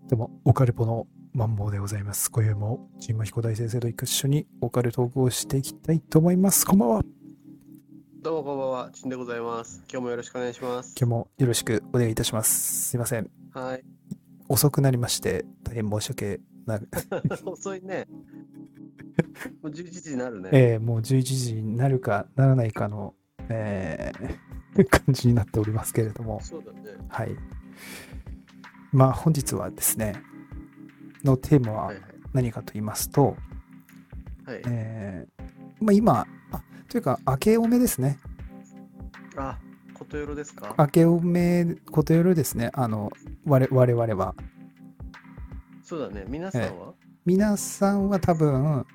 どうも、オカルポのマンボウでございます。今宵も、神馬彦大先生と一緒にオカルトークをしていきたいと思います。こんばんは。 どうもこんばんは、ちんでございます。今日もよろしくお願いしま今日す。 もよろしくお願いいたします。すいません。 はい。 遅くなりまして、大変申し訳なく、 遅いね。もう11時になるね。 もう11時になるかならないかの、感じになっておりますけれども、 そうだね。 はい。まあ、本日はですね、のテーマははいはい。 何かと言いますと、 はい。 まあ今、というか、明けおめですね。 あ、ことよろですか？ 明けおめことよろですね。我々は。 そうだね。皆さえーんは？ 皆さんは多分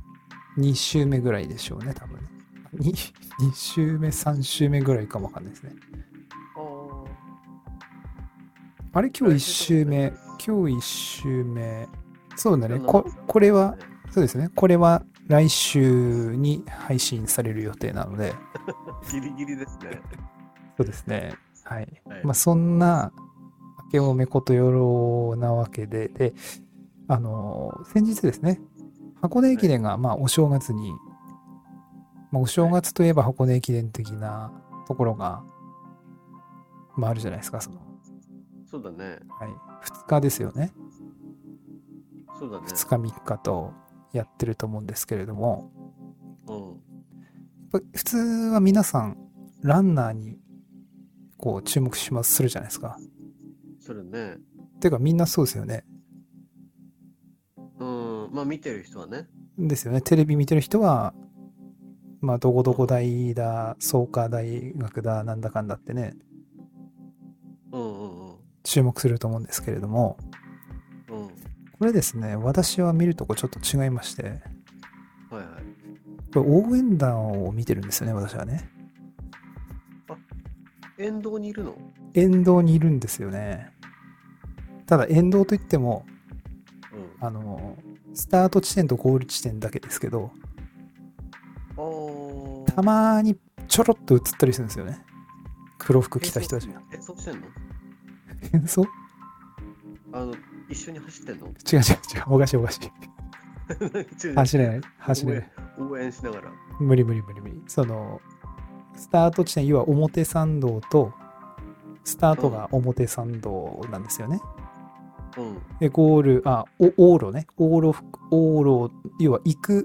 2週目ぐらいでしょうね、多分ね。2週目、3週目ぐらいかもわかんないですね。 あー、 あれ、今日1 来週とかね。 週目、今日1週目。そうだね。 今日生これは、 だね。 そうですね。これは来週に配信される予定なので、 ギリギリですね。 そうですね。はい。 はい。 まあ、そんな明けおめことよろなわけで、先日ですね、箱根はい。 駅伝が、まあ、お正月に、まあ、お正はい。 月といえば箱根駅伝的なところが、まあ、あるじゃないですか、 そうだね。 はい、2日ですよね。 そうだね。 2日3日とやってると思うんですけれども、 うん。 やっぱ普通は皆さん、ランナーにこう注目するじゃないですか。 それね。 ていうか、みんなそうですよね。 うん。まあ見てる人はね。 ですよね。テレビ見てる人は、まあ、どこどこうん。 大だ、創価大学だ、なんだかんだってね、 うんうんうん。 注目すると思うんですけれども、 うん。 これですね、私は見るとこちょっと違いまして、 はいはい。 これ応援団を見てるんですよね、私はね。 あ、沿道にいるの？ 沿道にいるんですよね。ただ沿道といっても、 うん。 あの、スタート地点とゴール地点だけですけど、 あたー。 まにちょろっと映ったりするんですよね。黒服着た人たちが。 並走してんの？ 変装あの、一緒に走ってんの？ 違う違う違う。おかしいおかしい。 違う違う。 走れない。走れ応援、 ない。 応援しながら。 無理無理無理無理。スタート地点、要は表参道と、スタートが表参道なんですよね。 うん。 で、ゴール、往路ね。往路、要は行く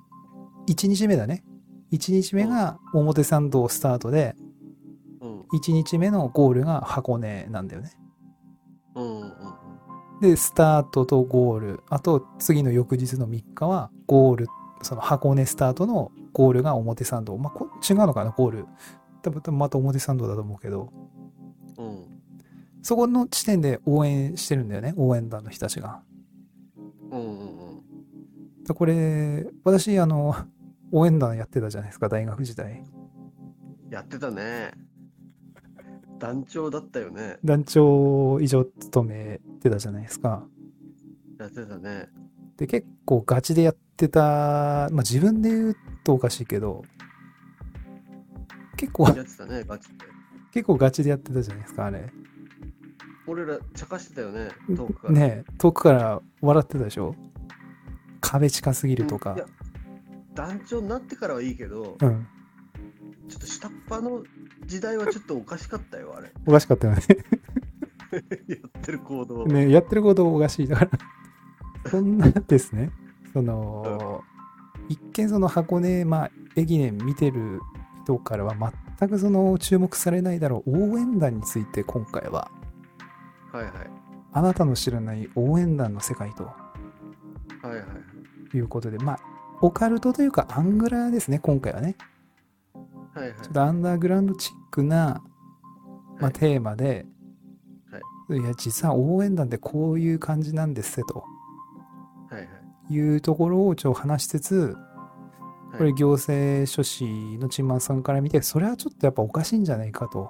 1日目だね。1日目が表参道スタートで、 うん。 1日目のゴールが箱根なんだよね。 うん。うん。うん。 で、スタートとゴール、あと次の翌日の3日はゴール、その箱根スタートのゴールが表参道。まあ、違うのかな、ゴール。多分また表参道だと思うけど、 うん。 そこの地点で応援してるんだよね、応援団の人たちが。 うん。うん。 これ、私、応援団やってたじゃないですか、大学時代。 やってたね。団長だったよね。 団長以上務めてたじゃないですか。 やってたね。 で、結構ガチでやってた、まあ自分で言うとおかしいけど、結構、 やってたね、ガチで。 結構ガチでやってたじゃないですか、あれ。 俺ら、茶化してたよね、遠くから。 ねえ、遠くから笑ってたでしょ。壁近すぎるうん。 とか。 いや、団長になってからはいいけど、 うん。 ちょっと下っ端の時代はちょっとおかしかったよ、あれ。 おかしかったよね。 やってる行動。 ね、やってることおかしい。だから、そんなですね、 うん。 一見箱根、まあ、駅伝見てる人からは全く注目されないだろう応援団について今回は、 はいはい。 あなたの知らない応援団の世界とはいはいはい。 いうことで、まあ、オカルトというかアングラですね、今回はね。 はいはい。 ちょっとアンダーグラウンドチックな、まあ、 はい。 テーマで、 はい。 いや、実は応援団ってこういう感じなんですとはいはい。 いうところを話しつつ、 はい。 これ行政書士のチンマンさんから見て、それはちょっとやっぱおかしいんじゃないかと。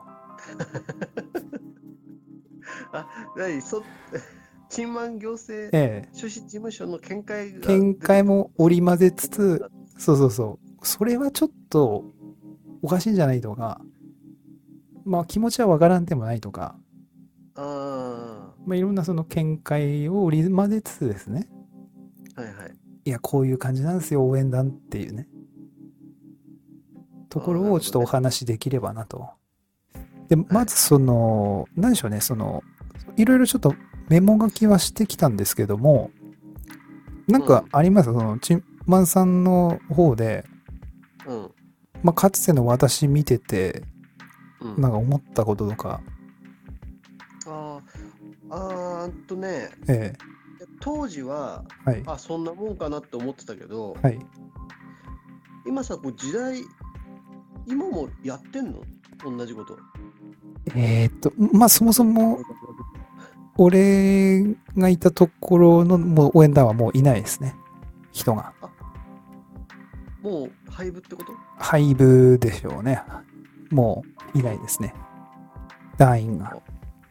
あ、なに、陳満行政ええ、 書士事務所の見解が見出てくる。 解も織り交ぜつつ、 応援団。 そうそうそう、それはちょっとおかしいんじゃないとか、まあ気持ちはわからんでもないとか、 あまあ、いろんなその見解を織り交ぜつつですね、 はいはい。 いや、こういう感じなんですよ、応援団っていうね、とこああ、なろをちょっとおるほどね。 話しできればなと。で、 はい。 まずその、何でしょうね、その、いろいろちょっとメモ書きはしてきたんですけども、なんかうん。 ありますその、チンマンさんの方で、 うん。 まあ、かつての私見てて、 うん。 なんか思ったこととか、 ああ、ね、 ええ、 当時は、 はい、 あ、そんなもんかなって思ってたけど、 はい。 今さ、こう時代、今もやってんの同じこと。 まあ、そもそも、俺がいたところのもう応援団はもういないですね。人が。 あ、もう廃部ってこと？ 廃部でしょうね。もういないですね。団員が。 あ、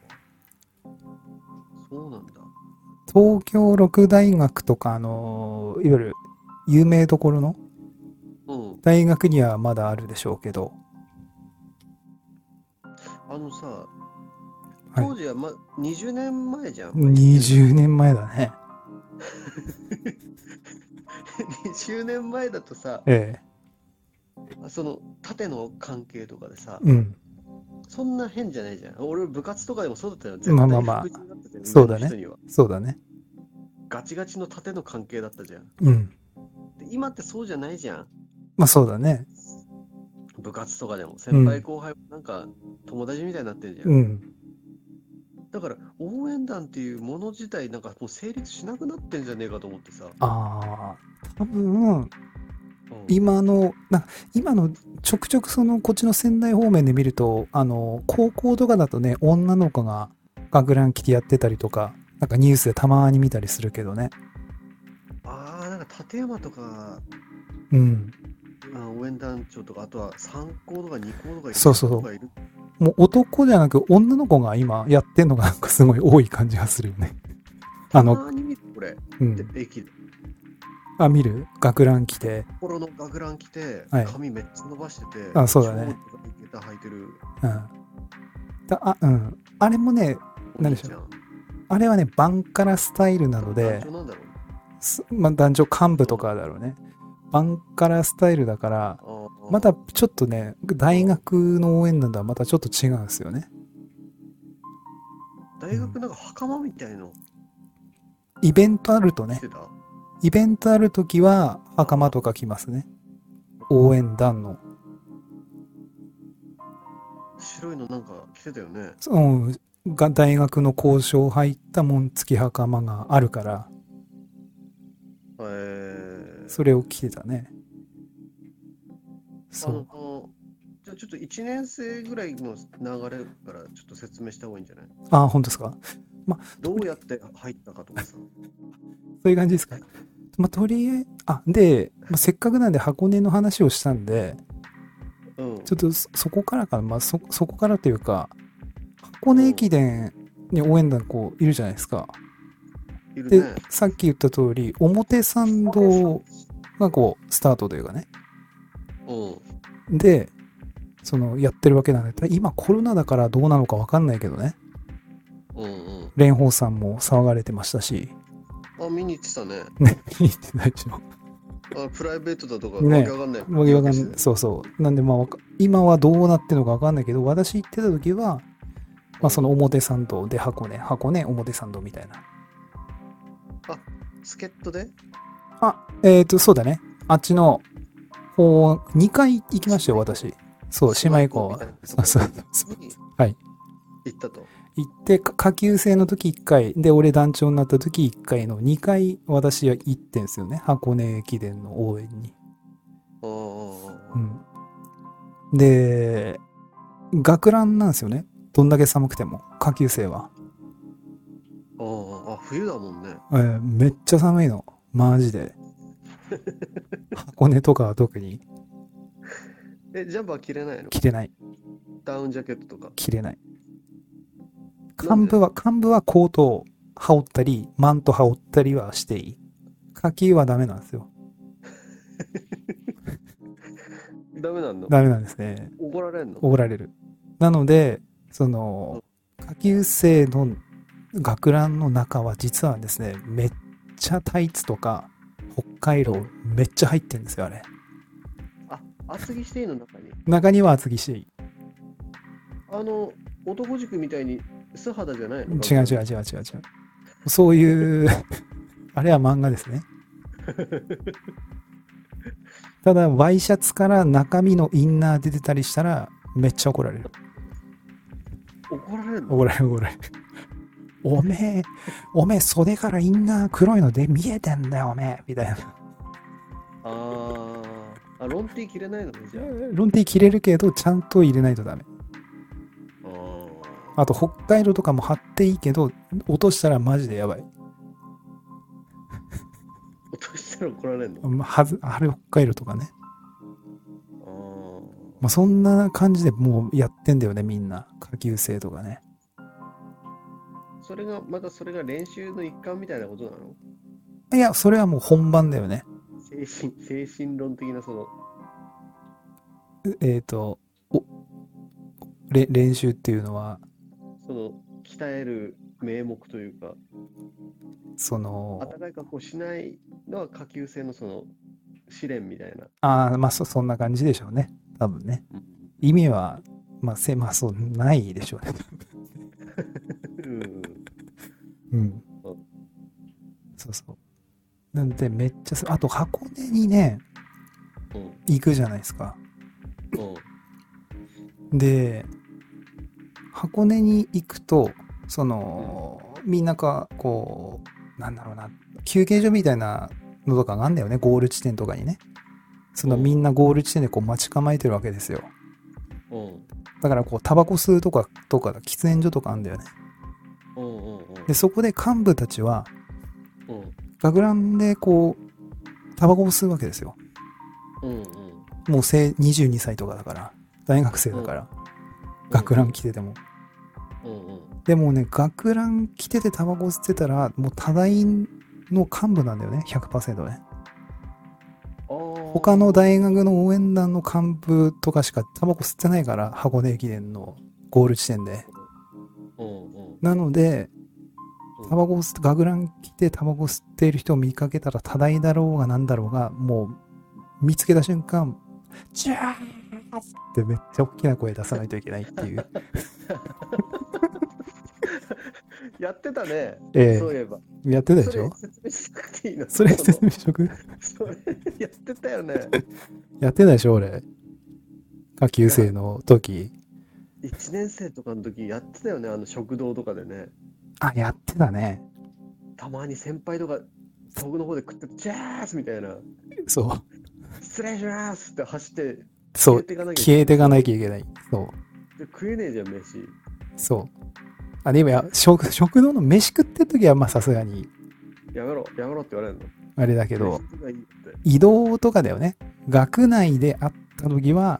そうなんだ。 東京六大学とか、いわゆる有名どころのうん。 大学にはまだあるでしょうけど、 あのさ、 はい。 当時は20年前じゃん。まあ、言ってみれば。 20年前だね。 20年前だとさ、 ええ。 その縦の関係とかでさ、 うん。 そんな変じゃないじゃん。俺部活とかでもそうだったよ。絶対まあまあまあ、 服従だったじゃん、上そうだね。 の人には。 そうだね。 ガチガチの縦の関係だったじゃん。 うん。 で、今ってそうじゃないじゃん。 まあそうだね。 部活とかでも先輩うん。 後輩なんか友達みたいになってんじゃん。 うん。 だから応援団っていうもの自体なんかもう成立しなくなってんじゃねえかと思ってさ。 ああ、多分、 うん。 今のちょくちょくそのこっちの仙台方面で見ると高校とかだとね女の子が学ラン着てやってたりとかなんかニュースでたまに見たりするけどね。 ああ、なんか立山とか、 うん。 応援団長とか、あとは3校とか2校とか行くそうそうそ人とかいる。 う。もう男じゃなく女の子が今やってんのがなんかすごい多い感じがするよね。 たまに見る、これ。で、 うん。 駅で。 あ、見る学ラン着て。 心の学ラン着て、 はい。 髪めっちゃ伸ばしてて、 あ、そうだ超でね。 かい下駄履いてるうん。うん。あれもね、なんでしょう。 お兄ちゃん。 あれはね、バンカラスタイルな多分団ので、 長なんだろうね。 まあ、男女幹部とうん。 かだろうね。バンカラスタイルだから、 あまたあ、 ちょっとね、大学の応援団とはまたちょっと違うんですよね。うん。 大学なんか袴みたいのイベントあるとね、 着てた？ イベントあるときは袴とか着ますね。応援団の。 白いのなんか着てたよね。 大学の校章入った紋付き袴があるから、それを着てたね。 あそう。 の、じゃあちょっと1年生ぐらいの流れからちょっと説明した方がいいんじゃない？ あ、本当ですか。まあ、 どうやって入ったかとかさ。 そういう感じですか。まあ、とりあえず、で、まあ、せっかくなんで箱根の話をしたんで、 うん。 ちょっとそこからかな、まあ、そこからというか、箱根うん。 駅伝に応援団こういるじゃないですか。で、 いるね。 さっき言った通り、表参道がこう、スタートというかね。 うん。 で、その、やってるわけなんで、今コロナだからどうなのかわかんないけどね。 うんうん。 蓮舫さんも騒がれてましたし、 あ、見に行ってたね。 ね、言ってないでしょ。 プライベートだとかわけね、 わかんないわけわかんない。 言い訳してたよ。 そうそう。なんでまあ、今はどうなってるのかわかんないけど、私行ってた時は、まあそのうん。 表参道で箱根、表参道みたいな。 あ、助っ人でそうだね。あっちの方、2回行きましたよ、 姉妹校。 私。そう、姉姉妹妹校。 校みたいなとそうそうころそう。 にはい。 行ったと。 行って、下級生の時1回、で、俺団長になった時1回の2回私は行ってんすよね。箱根駅伝の応援に。 ああ、 うん。で、学ランなんですよね。どんだけ寒くても、下級生は。 冬だもんね。 めっちゃ寒いの。マジで。箱根とかは特にジャンパー着れないの？ 着れない。 ダウンジャケットとか。 着れない。 なんで？ 幹部はコートを羽織ったり、マント羽織ったりはしていい。下級はダメなんですよ。 ダメなんの？ ダメなんですね。 怒られんの？ 怒られる。なので、そうん。 の、下級生の学ランの中は実はですね、めっちゃタイツとか北海道めっちゃ入ってるんですよ、あれ。 あ、厚着していいの中に。 中には厚着していい。 男塾みたいに素肌じゃないの？ 違う違う違う違う違う。そういうあれは漫画ですね。ただワイシャツから中身のインナー出てたりしたらめっちゃ怒られる。 怒られるの？ 怒られる怒られる。おめえ袖からインナー黒いので見えてんだよおめえみたいな。 ロンティー着れないのね、じゃロンティー着れるけどちゃんと入れないとダメ。 あ。 あと北海道とかも貼っていいけど落としたらマジでやばい。 落としたら怒られるの？ あれ北海道とかね。 ああ。 まあ、そんな感じでもうやってんだよね、みんな。下級生とかね。 それが練習の一環みたいなことなの？ いや、それはもう本番だよね。 精神論的なえっ、と、練習っていうのは、 鍛える名目というか、 その、 暖かい格好しないのは下級生の試練みたいな。 まあそんな感じでしょうね。多分ね。 うん。 意味は、まあそう、ないでしょうね。 うんうん。 うんそうそう。なんで、めっちゃあと箱根にね、 うん行くじゃないですか。 うんで、箱根に行くと、みんなこう、なんだろうな、休憩所みたいなのとかがあんだよね、ゴール地点とかにね。みんなゴール地点でこう待ち構えてるわけですよ。 うん。 だからこう、タバコ吸うとか、喫煙所とかあんだよね。で、そこで幹部たちは、学ランでこう、タバコを吸うわけですよ。もう22歳とかだから、大学生だから、学ラン着てても。でもね、学ラン着ててタバコ吸ってたら、もう多大の幹部なんだよね、100% ね。他の大学の応援団の幹部とかしかタバコ吸ってないから、箱根駅伝のゴール地点で。なので、学ラン着てタバコ吸っている人を見かけたら、多大だろうがなんだろうが、もう見つけた瞬間、ジャーってめっちゃ大きな声出さないといけないっていう。 やってたね。そういえば。 やってたでしょ？ それ説明しなくていいの？ それ説明しとく？ それやってたよね。 やってたでしょ俺。下級生の時。 1年生とかの時やってたよね、食堂とかでね。 やってたね。 たまに先輩とか遠くの方で食ってジャースみたいな。 そう。 失礼しますって走ってそう。消えていかなきゃいけない。そう。 で食えねえじゃん、飯。 そう。でも食堂の飯食ってる時はまあさすがに。 やめろって言われるの。 あれだけど、移動とかだよね。学内で会った時は、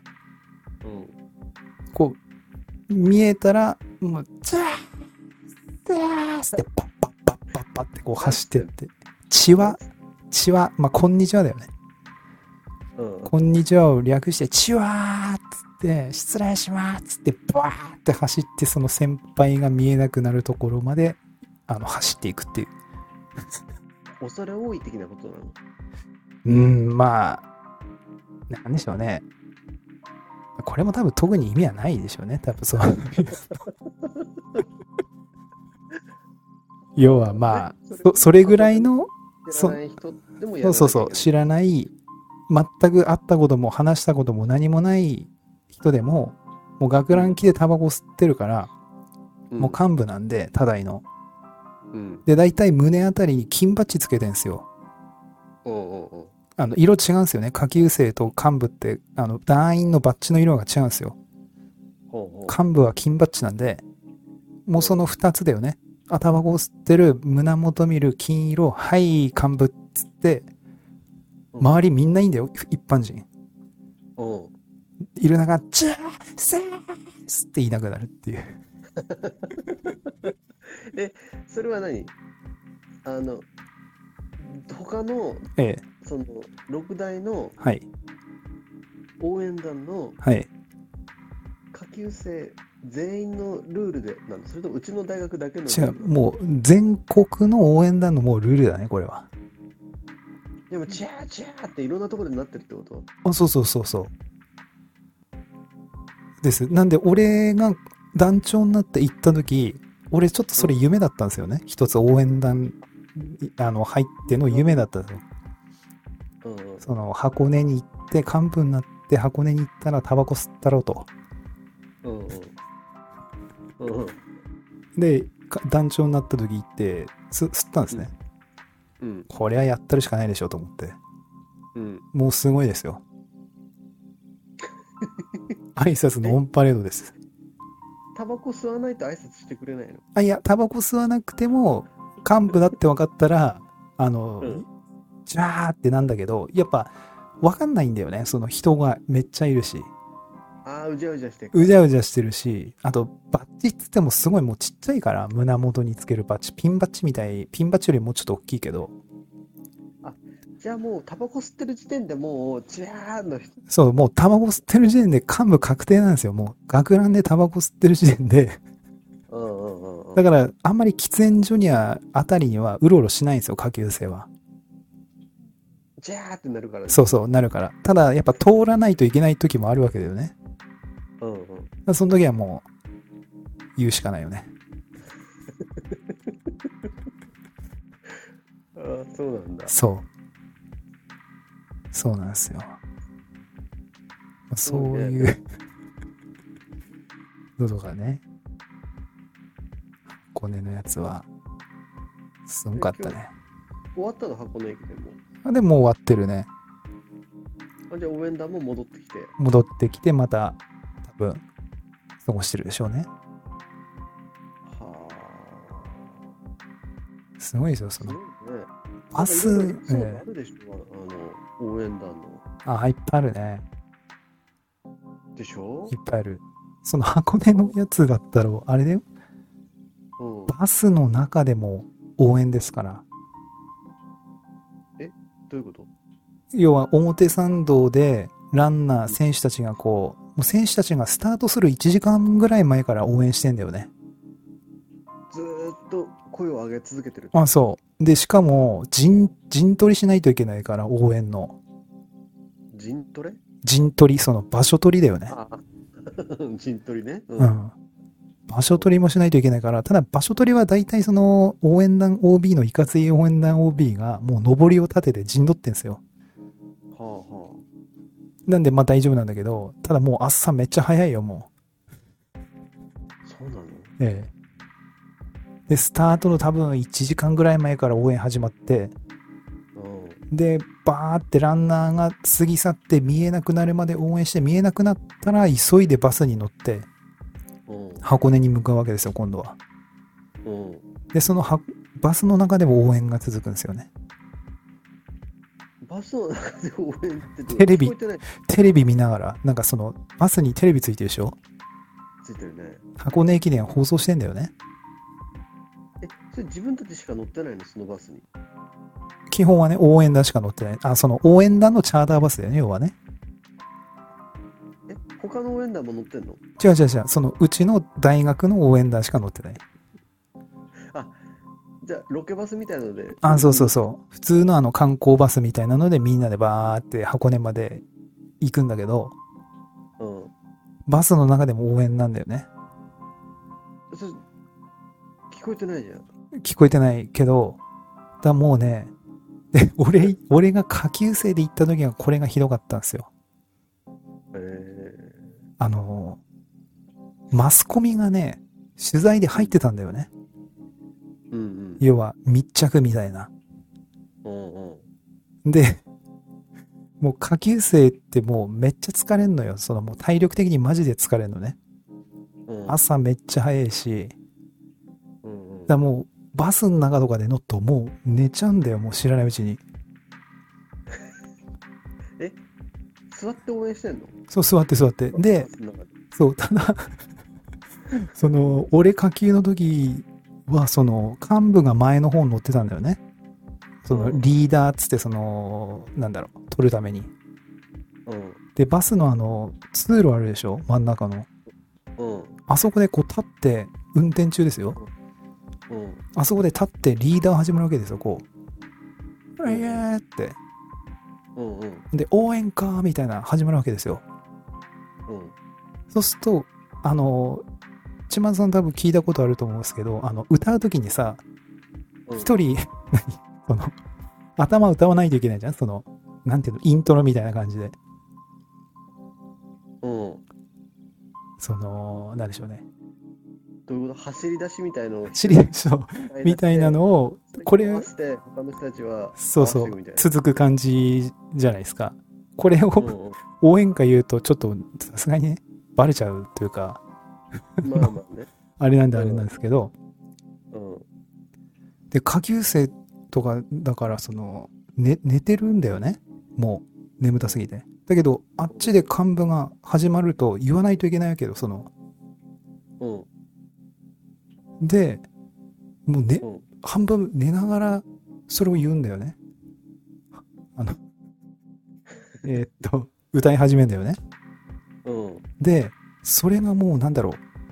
こう、見えたら、もう、ジャースってパッパッパッパッパッってこう走ってって、血は、まあ、こんにちはだよね。こんにちはを略して、チワーっつって、失礼しますっつって、バーって走って、その先輩が見えなくなるところまで、走っていくっていう。 恐れ多い的なことなの？ まあ、なんでしょうね。これも多分特に意味はないでしょうね。多分そう。要はまあ、それぐらいの、 知らない人でもやらなきゃいけない。 そう、知らない、全く会ったことも話したことも何もない人でも、もう学ラン着でタバコ吸ってるから、もう幹部なんで、多大の。で、大体胸あたりに金バッジつけてんすよ。色違うんですよね。下級生と幹部って、団員のバッジの色が違うんですよ。幹部は金バッジなんで、もうその2つだよね。タバコを吸ってる、胸元見る金色、はい、幹部っつって、周りみんないいんだよ、一般人。いる中、ジャーセースって言いなくなるっていう。 それは何？他の、その6大の応援団の下級生全員のルールでなんだ、それともうちの大学だけのル違う、 ールなの？ もう全国の応援団のもうルールだね、これは。 でも、チャーチャーっていろんなところでなってるってこと？ あ、そうそうそうそう。です。なんで、俺が団長になって行った時、俺ちょっとそれ夢だったんですよね。一つ応援団、入っての夢だったんですよ。 うんうんその、箱根に行って、幹部になって箱根に行ったらタバコ吸ったろうと。 うんうんうんで、団長になった時行って、吸ったんですね。 うんこれはやったるしかないでしょと思って。 うん。 もうすごいですよ。挨拶のオンパレードです。 タバコ吸わないと挨拶してくれないの？ あ、いや、タバコ吸わなくても、幹部だって分かったら、 うんジャーってなんだけど、やっぱ、分かんないんだよね。その人がめっちゃいるし、 ああ、うじゃうじゃしてうじゃうじゃしてるし、あと、バッジっつってもすごいもうちっちゃいから、胸元につけるバッジ、ピンバッジみたい、ピンバッジよりもうちょっと大きいけど、 じゃあもうタバコ吸ってる時点でもうチャーの人。 そう、もうタバコ吸ってる時点で幹部確定なんですよ。もう学ランでタバコ吸ってる時点で。 うんうんうんうん。 だから、あんまり喫煙所には、あたりにはうろうろしないんですよ、下級生は。 ジャーってなるからね。 そうそう、なるから。ただ、やっぱ通らないといけない時もあるわけだよね。 うんうん。 だからその時はもう、言うしかないよね。 ああ、そうなんだ。 そう。そうなんですよ。そごいね。 ういうのとかね。箱根のやつは、すごかったね。 終わったの、箱根駅でも。 でもう終わってるね。 あ、じゃあ応援団も戻ってきて。 戻ってきて、また、多分、過ごしてるでしょうね。 はあ。 すごいですよ、そのすごいね。 バス、 なんかいろいろエピソードあるでしょ、応援団の。 いっぱいあるね。 でしょ？ いっぱいある。その箱根のやつだったら、あれだよ。 うん。 バスの中でも応援ですから。 どういうこと？ 要は表参道でランナー、選手たちがもう選手たちがスタートする1時間ぐらい前から応援してんだよね。 ずーっと声を上げ続けてる。 あ、そう。で、しかも、陣取りしないといけないから、応援の。 陣トレ？ 陣取り、その場所取りだよね。 ああ。陣取りね。 うん。場所取りもしないといけないから、ただ場所取りは大体その応援団 OB のいかつい応援団 OB がもう上りを立てて陣取ってんすよ。 はあはなんでまあ大丈夫なんだけど、ただもう朝めっちゃ早いよ、もあ。そうなの？ う。ええ。で、スタートの多分1時間ぐらい前から応援始まって、 うん。 で、バーってランナーが過ぎ去って見えなくなるまで応援して見えなくなったら急いでバスに乗ってうん箱根に向かうわけですよ、今度は。 うん。 で、そのバスの中でも応援が続くんですよね。 バスの中で応援ってどう？ テレビ聞こえてない？ テレビ見ながら、なんかそのバスにテレビついてるでしょ？ ついてるね。 箱根駅伝放送してんだよね。 それ自分たちしか乗ってないの、そのバスに？ 基本はね、応援団しか乗ってない。あ、その応援団のチャーターバスだよね、要はね。 他の応援団も乗ってんの？ 違う違う違う、そのうちの大学の応援団しか乗ってない。 じゃあ、ロケバスみたいなので。 あ、そうそうそう。普通の観光バスみたいなのでみんなでバーって箱根まで行くんだけど、 う。うん。 バスの中でも応援なんだよね。 それ、聞こえてないじゃん。 聞こえてないけど、だもうね、で、俺が下級生で行った時はこれがひどかったんですよ。マスコミがね、取材で入ってたんだよね。 うんうん。 要は密着みたいな。 うんうん。 で、もう下級生ってもうめっちゃ疲れんのよ。そのもう体力的にマジで疲れんのね。 うん朝めっちゃ早いし、 うんうん。 だからもうバスの中とかで乗っともう寝ちゃうんだよ、もう知らないうちに。 座って応援してんの？ そう、座って。でバ、スの中で。 そう、ただ、その、俺下級の時は、その、幹部が前の方に乗ってたんだよね。その、リーダーっつって、その、なんだろう、取るために。 うんで、バスの通路あるでしょ？真ん中の。 うんあそこでこう立って運転中ですよ。あそこで立ってリーダー始まるわけですよ。こう、イエーって。で、応援歌みたいな始まるわけですよ。そうすると、千葉さん多分聞いたことあると思うんですけど、歌うときにさ、一人、その、頭歌わないといけないじゃん、その、なんていうの、イントロみたいな感じで。その、なんでしょうね。 どういうこと走り出しみたいのをみたいなのを、これ、 他の人たちはそうそう、続く感じじゃないですか。これを応援歌言うと、ちょっとさすがにね、バレちゃうというか、 まあまあね。 あれなんですけど、で、下級生とか、だから、その、寝てるんだよね。もう、眠たすぎて。だけど、あっちで幹部が始まると言わないといけないわけど、その、で、もうね、半分寝ながらそれを言うんだよね。歌い始めんだよね。で、それがもうなんだろう。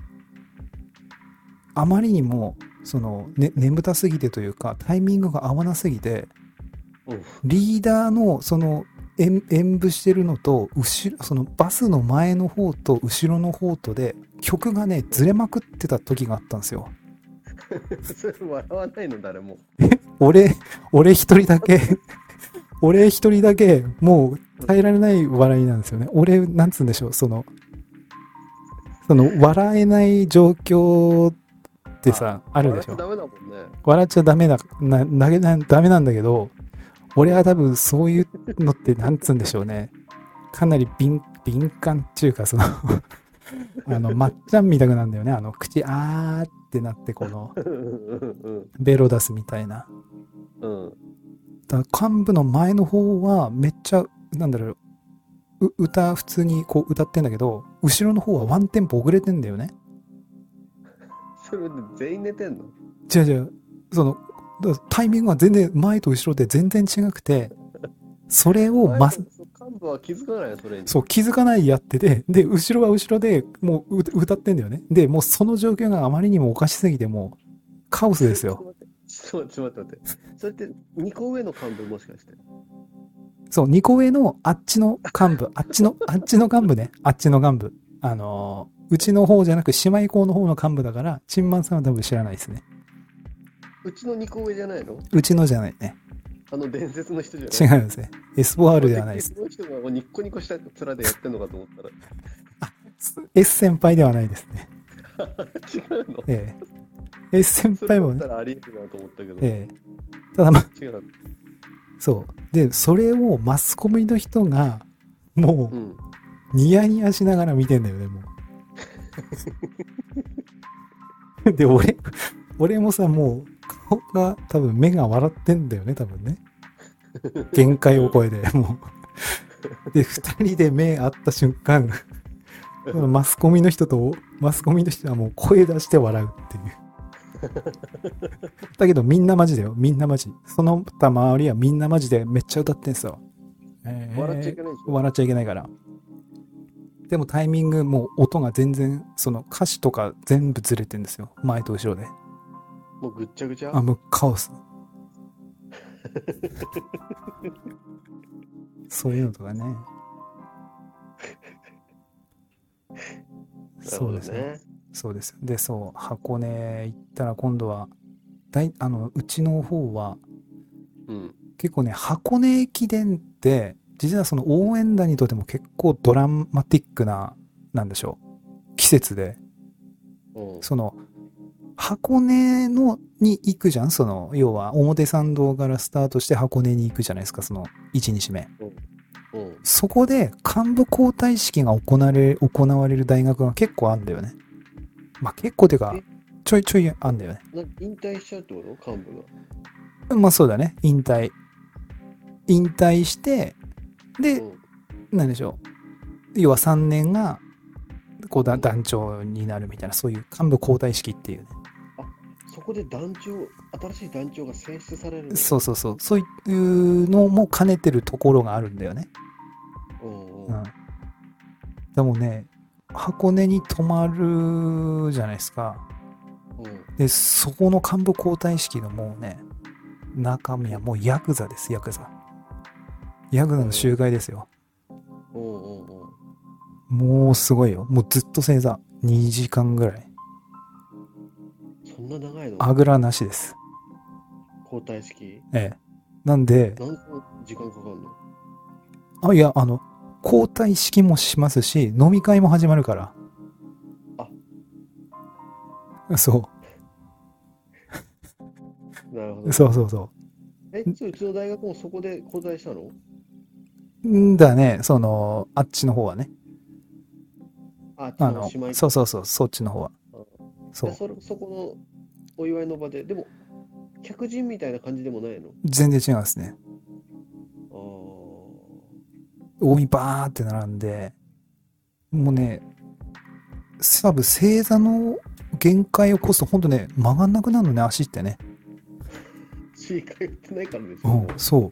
あまりにも、その、眠たすぎてというか、タイミングが合わなすぎて、リーダーのその演舞してるのと、そのバスの前の方と後ろの方とで、曲がね、ずれまくってた時があったんですよ。 それ笑わないの、誰も。 俺一人だけ、もう耐えられない笑いなんですよね。俺、なんつうんでしょう、その笑えない状況ってさ、あるでしょ。笑っちゃダメなんだけど、俺は多分そういうのってなんつうんでしょうね。かなり敏感っていうか、その、まっちゃんみたくなんだよね。口あーってなって、この、ベロ出すみたいな。だから幹部の前の方はめっちゃ、なんだろう、普通にこう歌ってんだけど、後ろの方はワンテンポ遅れてんだよね。 それで全員寝てんの？ 違う、その、タイミングが全然前と後ろで全然違くて、それを幹部は気づかないよ、それに。 そう、気づかないやってて、で、後ろは後ろでもう歌ってんだよね。で、もうその状況があまりにもおかしすぎて、もうカオスですよ。 ちょっと待って。それって2個上の幹部もしかして？ そう、2個上のあっちの幹部、あっちの幹部ね、あっちの幹部。うちの方じゃなく姉妹校の方の幹部だから、チンマンさんは多分知らないですね。 うちの2個上じゃないの？ うちのじゃないね。 伝説の人じゃない？違いますね。S4R ではないです。 その人がニッコニコした面でやってんのかと思ったら。 S 先輩ではないですね。 違うの？ S 先輩もね。 それだったらあり得るなと思ったけど。 ただまあ、 違う。 そう。で、それをマスコミの人が、もう、ニヤニヤしながら見てんだよね、もう。で、俺もさ、もう、顔が、多分目が笑ってんだよね、多分ね。限界を超えて、もう。で、二人で目合った瞬間、マスコミの人はもう声出して笑うっていう。だけどみんなマジだよ。みんなマジ。その他周りはみんなマジでめっちゃ歌ってんすよ。 笑っちゃいけないでしょ。 笑っちゃいけないから。でもタイミング、もう音が全然、その歌詞とか全部ずれてんですよ。前と後ろで。 もうぐっちゃぐちゃ？ もうカオス。そういうのとかね。そうですね。そうです。で、そう、箱根行ったら今度は、うちの方は、結構ね、箱根駅伝って、実はその応援団にとっても結構ドラマティックな、なんでしょう、季節で、その、箱根に行くじゃん、その、要は表参道からスタートして箱根に行くじゃないですか、その1日目。そこで幹部交代式が行われる大学が結構あるんだよね。まあ結構てか、ちょいあんだよね。 引退しちゃうってこと？幹部が。まあそうだね。引退して、で、なんでしょう。要は3年が、こう団長になるみたいな、そういう幹部交代式っていうね。 そこで新しい団長が選出されるの？ そう。そういうのも兼ねてるところがあるんだよね。でもね、 箱根に泊まるじゃないですか。 うん。 で、そこの幹部交代式のもうね、中身はもうヤクザです、ヤクザ。ヤクザの集会ですよ。 うんうんうん。 もうすごいよ。もうずっと正座。2時間ぐらい。 そんな長いの？ あぐらなしです。 交代式？ ええ。なんで、 何個時間かかるの？ いや、交代式もしますし、飲み会も始まるから。そう。 なるほどね。 そうそうそう。 うちの大学もそこで交代したの？ んだね、あっちの方はね。 あっちの姉妹校。 そうそうそう、そっちの方は。 で、 そう。 そこのお祝いの場で、でも、客人みたいな感じでもないの？ 全然違うんですね。 ああ、 大いバーって並んで、もうね、多分正座の限界を越すと、ほんとね、曲がんなくなるのね、足ってね。 血通ってないからでしょ、もうん、そう。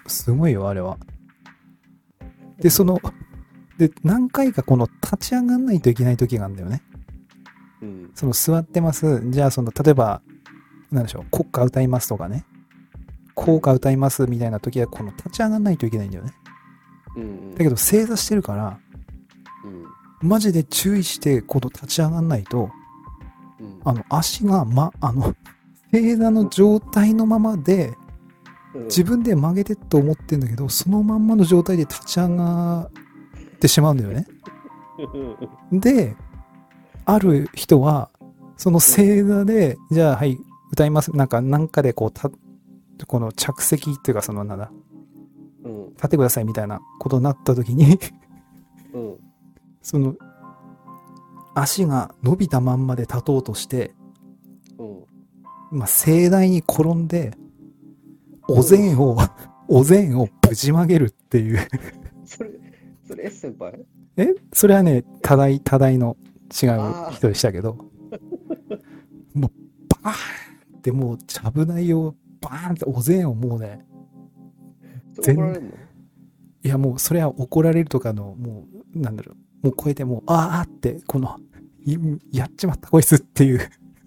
すごいよ、あれは。で、何回かこの立ち上がんないといけない時があるんだよね。 う。うん。 座ってます。じゃあ、例えば、なんでしょう、国歌歌いますとかね。校歌歌いますみたいな時は、この立ち上がんないといけないんだよね。 うんうん。 だけど、正座してるから、 うん。 マジで注意して、この立ち上がんないと、 うん。 足が、正座の状態のままで、自分で曲げてと思ってんだけど、そのまんまの状態で立ち上がってしまうんだよね。で、ある人は、その正座で、じゃあ、はい、歌います。なんかでこの着席っていうか、なんだ、 うん。 立ってくださいみたいなことになった時にうん。 その、足が伸びたまんまで立とうとして、 うん。 盛大に転んで、お膳を、お膳をぶち曲げるっていうそれ、それ S 先輩？ それはね、多大の違うああ、 人でしたけど、もう、バーンってもう、ちゃぶ台をバーンってお膳をもうね、 それ怒られるの？ いやもう、それは怒られるとかの、もう、なんだろう、もう超えてもう、あーって、やっちまったこいつっていう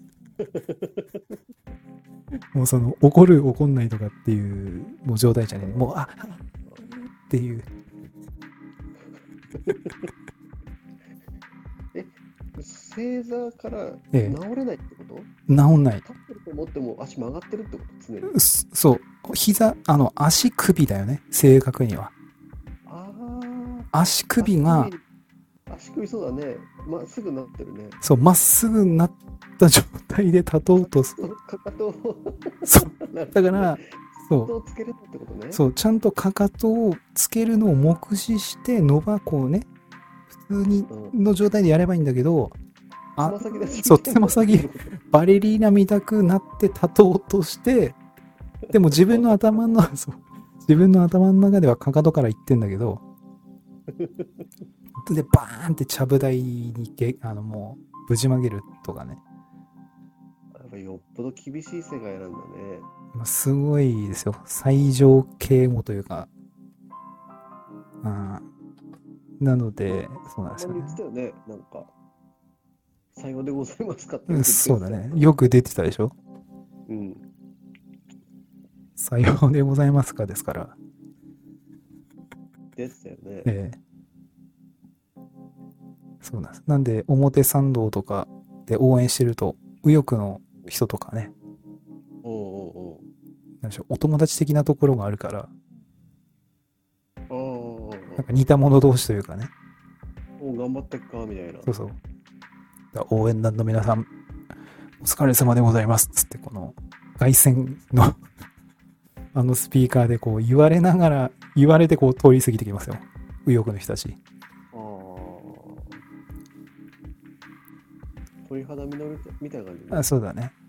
もう怒る怒んないとかっていう、もう状態じゃねえ。もう、っていう。 え、正座からえ治れないってこと？ 治んない。 立ってると思っても足曲がってるってこと？常に。 そう。足首だよね。正確には。 あ足あ、 首が、 足首そうだね。まっすぐなってるね。 そう、まっすぐなった状態で立とうとする。 かかとをそう。 なるほどね。 だから、そかかとをつけれたってことね。 そう、ちゃんとかかとをつけるのを目視して、こうね、普通にの状態でやればいいんだけど、 つま先立ちそう、 みたいなつま先、バレリーナ見たくなって立とうとして、でも自分の頭の中ではかかとから言ってんだけど、で、バーンってちゃぶ台にもう、ぶちまげるとかね。 やっぱよっぽど厳しい世界なんだね。 すごいですよ。最上警護というか。うん、なので、そうなんですよね。 言ってたよね。なんか、さようでございますかってよく言ってそうだね。よく出てたでしょ。 うん。 さようでございますかですから。 ですよね。 そうなんです。なんで、表参道とかで応援してると、右翼の人とかね、なんでしょう、お友達的なところがあるから、なんか似た者同士というかね。 頑張ってっか、みたいな。 そうそう。応援団の皆さん、お疲れ様でございます。つって、この、凱旋のスピーカーでこう言われてこう通り過ぎてきますよ。右翼の人たち。 鳥肌実るみたいな感じ、ね。 そうだね。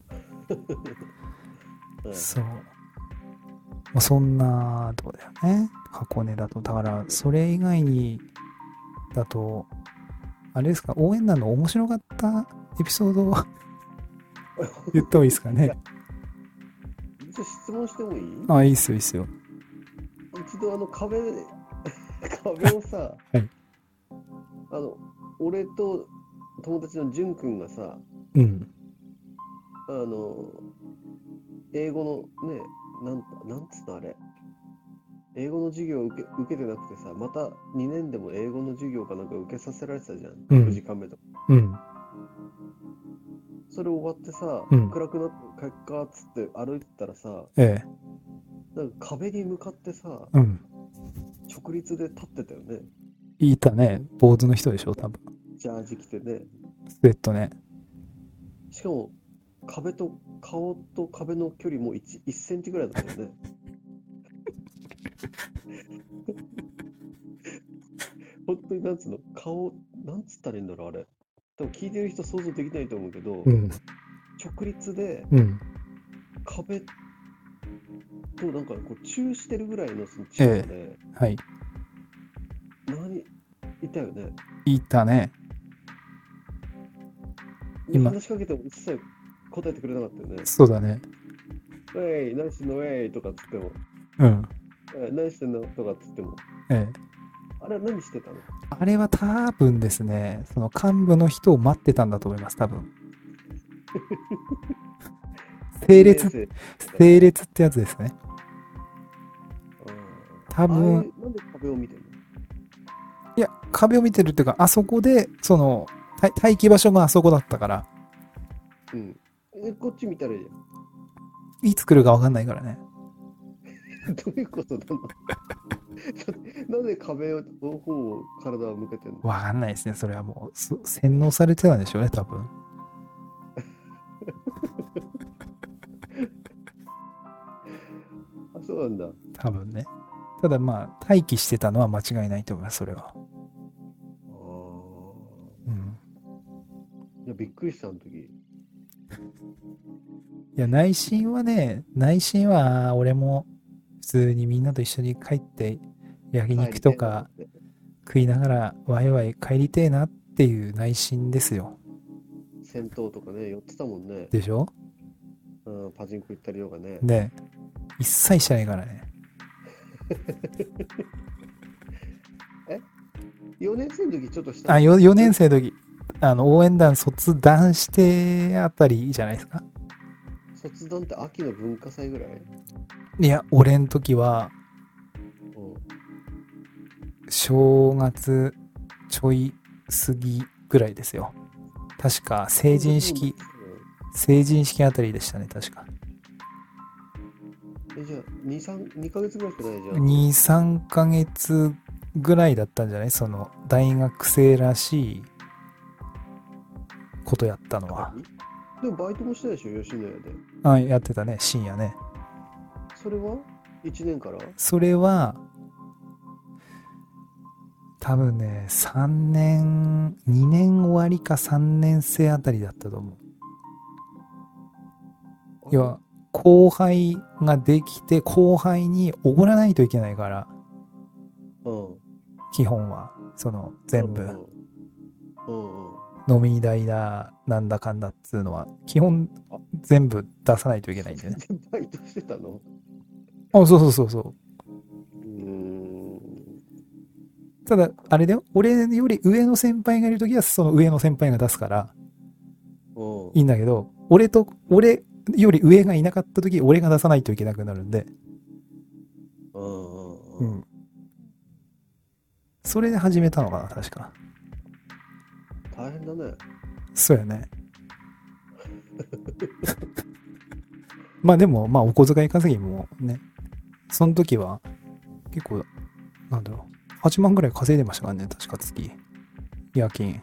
そう。そんなとこだよね。箱根だと。だから、それ以外に、だと、あれですか、応援団の面白かったエピソードを言った方がいいですかね。 じゃあ質問してもいい？ いいっすよ、いいっすよ。 一度壁をさ、 はい。 俺と友達の淳くんがさ、 うん。 あの、英語のね、なんつうのあれ、英語の授業を受けてなくてさ、また2年でも英語の授業かなんか受けさせられてたじゃん。6 うん。 時間目とか。 うん。 それ終わってさ、 うん。 暗くなって帰っかっつって歩いてたらさ、 ええ。 なんか壁に向かってさ、 うん。 直立で立ってたよね。 いたね。坊主の人でしょ、多分。 ジャージ着てね。 スウェットね。 しかも、顔と壁の距離も1センチぐらいだったよね。本当になんつうの、なんつったらいいんだろう、あれ。多分聞いてる人想像できないと思うけど、 うん。 直立でうん。 壁となんかこう、チューしてるぐらいのそのえ近さえ。 で、 はい。 いたよね。 いたね。今、 話しかけても一切答えてくれなかったよね。 そうだね。 ウェイ、何してんのウェイとかっつっても、 うん。 何してんのとかっつっても、 ええ。 あれは何してたの？ あれは多分ですね、その幹部の人を待ってたんだと思います、多分。整列、 2年生だから。 整列ってやつですね。多分、 なんで壁を見てるの？ いや、壁を見てるっていうか、あそこで、その、待機場所があそこだったから、 うん。こっち見たらいいじいつ来るか分かんないからね。 ゃん。どういうことなの？なんで壁の方を体を向けてんの？ 分かんないですね。それはもう、洗脳されてたんでしょうね、多分。 あ、そうなんだ。 多分ね。ただまあ、待機してたのは間違いないと思います、それは。 あうん。 いや、びっくりした、あの時。 いや、内心は、俺も、普通にみんなと一緒に帰って、焼肉帰りてえなっとかて。 食いながら、ワイワイ帰りてえなっていう内心ですよ。 銭湯とかね、寄ってたもんね。 でしょ？ うん、パチンコ行ったりとかね。 で、一切してないからね。 え ?4 年生の時ちょっとしたあ、 の？ 4年生の時、応援団卒団してあたりじゃないですか。 卒団って秋の文化祭ぐらい？ いや、俺ん時は、 うん。 正月ちょい過ぎぐらいですよ。確か正月も何したの？ 成人式あたりでしたね、確か。 じゃあ、2ヶ月ぐらいしかないじゃん。 2、3ヶ月ぐらいだったんじゃない？その、大学生らしいことやったのは。 帰りでもバイトもしたでしょ、吉野家で。 あ、やってたね、深夜ね。 それは ?1 年からそれは、多分ね、3年、2年終わりか3年生あたりだったと思う。 あれ要は、後輩ができて、後輩におごらないといけないから、 うん。 基本は、その、全部、 うんうんうんうん。 飲み代だ、なんだかんだっつうのは、基本、 あ、 全部出さないといけないんでね。 全然バイトしてたの？ あ、そうそうそうそう。 うーん。 ただ、あれだよ。俺より上の先輩がいるときは、その上の先輩が出すから、 うん。 いいんだけど、俺より上がいなかったとき、俺が出さないといけなくなるんで、 うんうんうん。 うん。それで始めたのかな、確か。 大変だね。 そうやね。まあでも、まあお小遣い稼ぎもね、その時は結構、なんだろう、8万ぐらい稼いでましたからね、確か月。夜勤。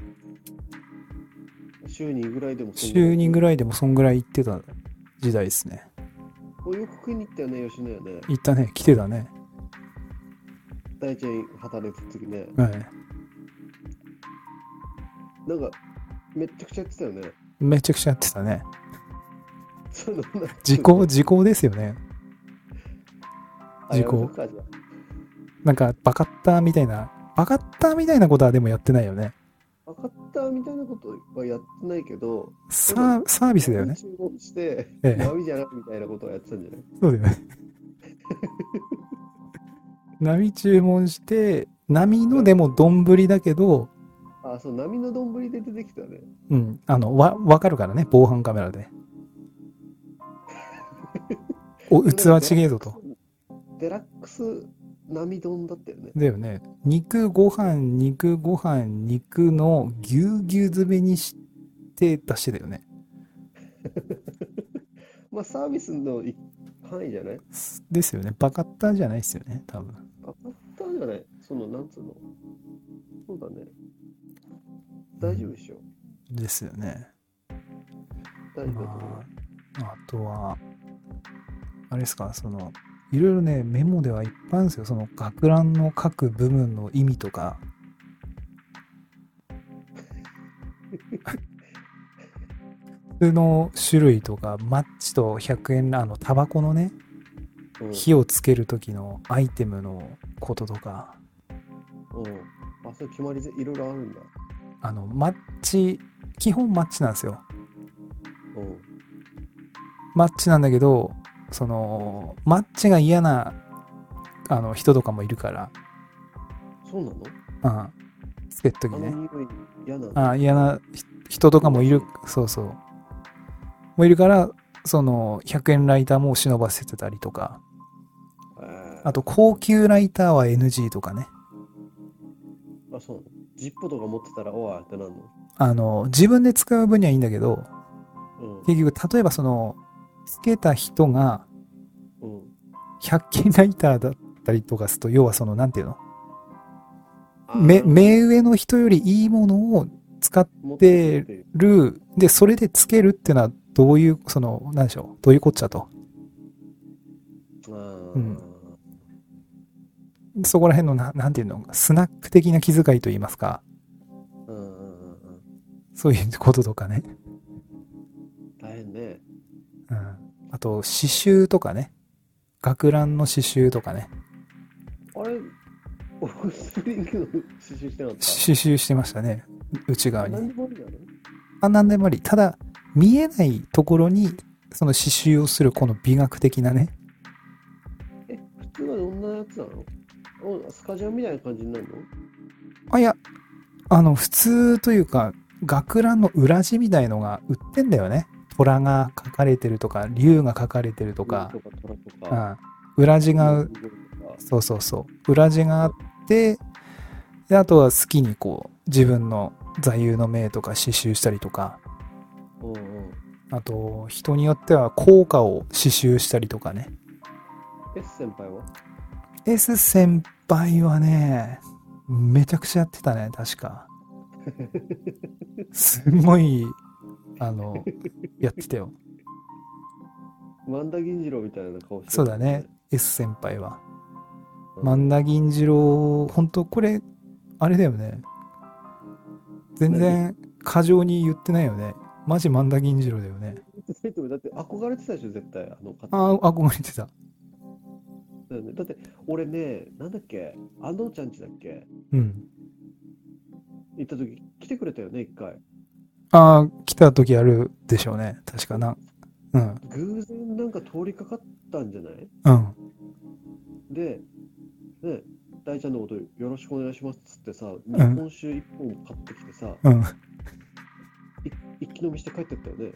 週にぐらいでもそんぐらい週2 行く？ ぐらいでもそんぐらい行ってた時代ですね。 よく食いに行ったよね、吉野家ね。 行ったね、来てたね。 大ちゃん働いてた時ね。 はい。 なんか、めっちゃくちゃやってたよね。 めちゃくちゃやってたね。 その、なんつうの。 時効ですよね。 あ、 時効。 やめとくか、じゃあ。 なんか、バカッターみたいなことはでもやってないよね。 分かったみたいなことはやってないけど、でも、 サービスだよね。 波注文して、 ええ。 波じゃないみたいなことはやってたんじゃない？ そうだよね。波注文して、波のでも丼だけど、 あ、 あ、そう、波の丼で出てきたね。 うん。わかるからね、防犯カメラで。お、 でもなんか器違えぞと。 デラックス波丼だったよね。 だよね。肉ご飯、肉のぎゅうぎゅう詰めにして出してたよね。 まあ、サービスの範囲じゃない？ ですよね。バカッターじゃないですよね、多分。 あったんじゃない？その、なんつうの。そうだね。大丈夫うん。 でしょ。 ですよね。 大丈夫だと思う。 まあ、あとは、あれですか、いろいろね、メモではいっぱいあるんですよ。その学ランの各部分の意味とか、普通の種類とか、マッチと100円、タバコのね、 うん。 火をつける時のアイテムのこととか、 うん。あ、そういう決まりいろいろあるんだ。 マッチ、基本マッチなんですよ。 うん。 マッチなんだけど、マッチが嫌な、人とかもいるから、 そうなの？ うん、つけるときね。 あの匂い嫌なの？ 嫌な人とかもいる、 香ばしそうそう。もいるから、100円ライターも忍ばせてたりとか、あと高級ライターは NG とかね。 あ、そうなの？ジッポとか持ってたら、おわってなんの？ 自分で使う分にはいいんだけど、 うん。 結局、例えばつけた人がうん。 100均ライターだったりとかすると、要はなんていうの、 ああ、なるほどね。 目上の人よりいいものを使っ持ってるってていう。 る。で、それでつけるっていうのは、どういう、なんでしょう、どういうこっちゃと。 あうん。 あ、 そこら辺のなんていうの、スナック的な気遣いといいますか、 うんうんうんうん。 そういうこととかね。 大変ね。 うん。あと、刺繍とかね。学ランの刺繍とかね。 あれ、オフスプリングの刺繍してなかった？ 刺繍してましたね。内側あ、 に。 なんでもありなの？ なんでもあり。ただ、見えないところに、その刺繍をするこの美学的なね。 え、普通はどんなやつなの？スカジャンみたいな感じになるの？ いや、普通というか、学ランの裏地みたいのが売ってんだよね。虎が書かれてるとか、竜が書かれてるとか、 竜とか虎とか、 うん。裏地が、 竜とか。 そうそうそう。裏地があって、で、あとは好きに自分の座右の銘とか刺繍したりとか、 うんうん。 あと、人によっては効果を刺繍したりとかね。 S 先輩は？ S 先輩はね、めちゃくちゃやってたね、確か。すんごい、やってたよ。 万田銀次郎みたいな顔してそうだね、 たもんね。 S 先輩は。 うん。 万田銀次郎、本当これ、あれだよね。全何？ 然過剰に言ってないよね。マジ万田銀次郎だよね。 だって憧れてたでしょ、絶対、あの方。 憧れてた。 だよね。だって、俺ね、なんだっけ、あのちゃんちだっけ、 うん。 行った時来てくれたよね、一回。 来た時あるでしょうね。確かな。うん。 偶然なんか通りかかったんじゃない？ うん。 で、ね、大ちゃんのことよろしくお願いしますっつってさ、日うん。 本酒一本買ってきてさ、 うん。 一気飲みして帰ってったよね。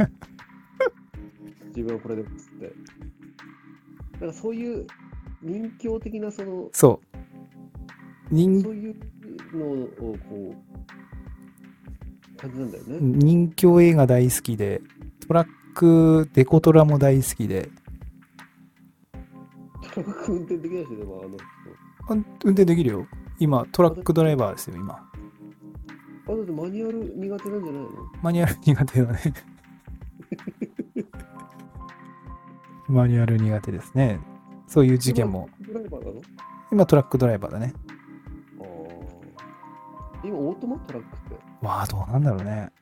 自分はこれでっつって。なんかそういう人形的なそう。 そういうのを感じなんだよね。 人形映画大好きで、トラック、デコトラも大好きで、 トラック運転できないし、でもあの人。 運転できるよ。今、トラあ、だックドライバーですよ、今。 ってマニュアル苦手なんじゃないの？ マニュアル苦手だね。マニュアル苦手ですね。そういう事今、 件も。 ドライバーなの？ 今、トラックドライバーだね。 ああ。今、オートマトラックって。 わあ、どうなんだろうね。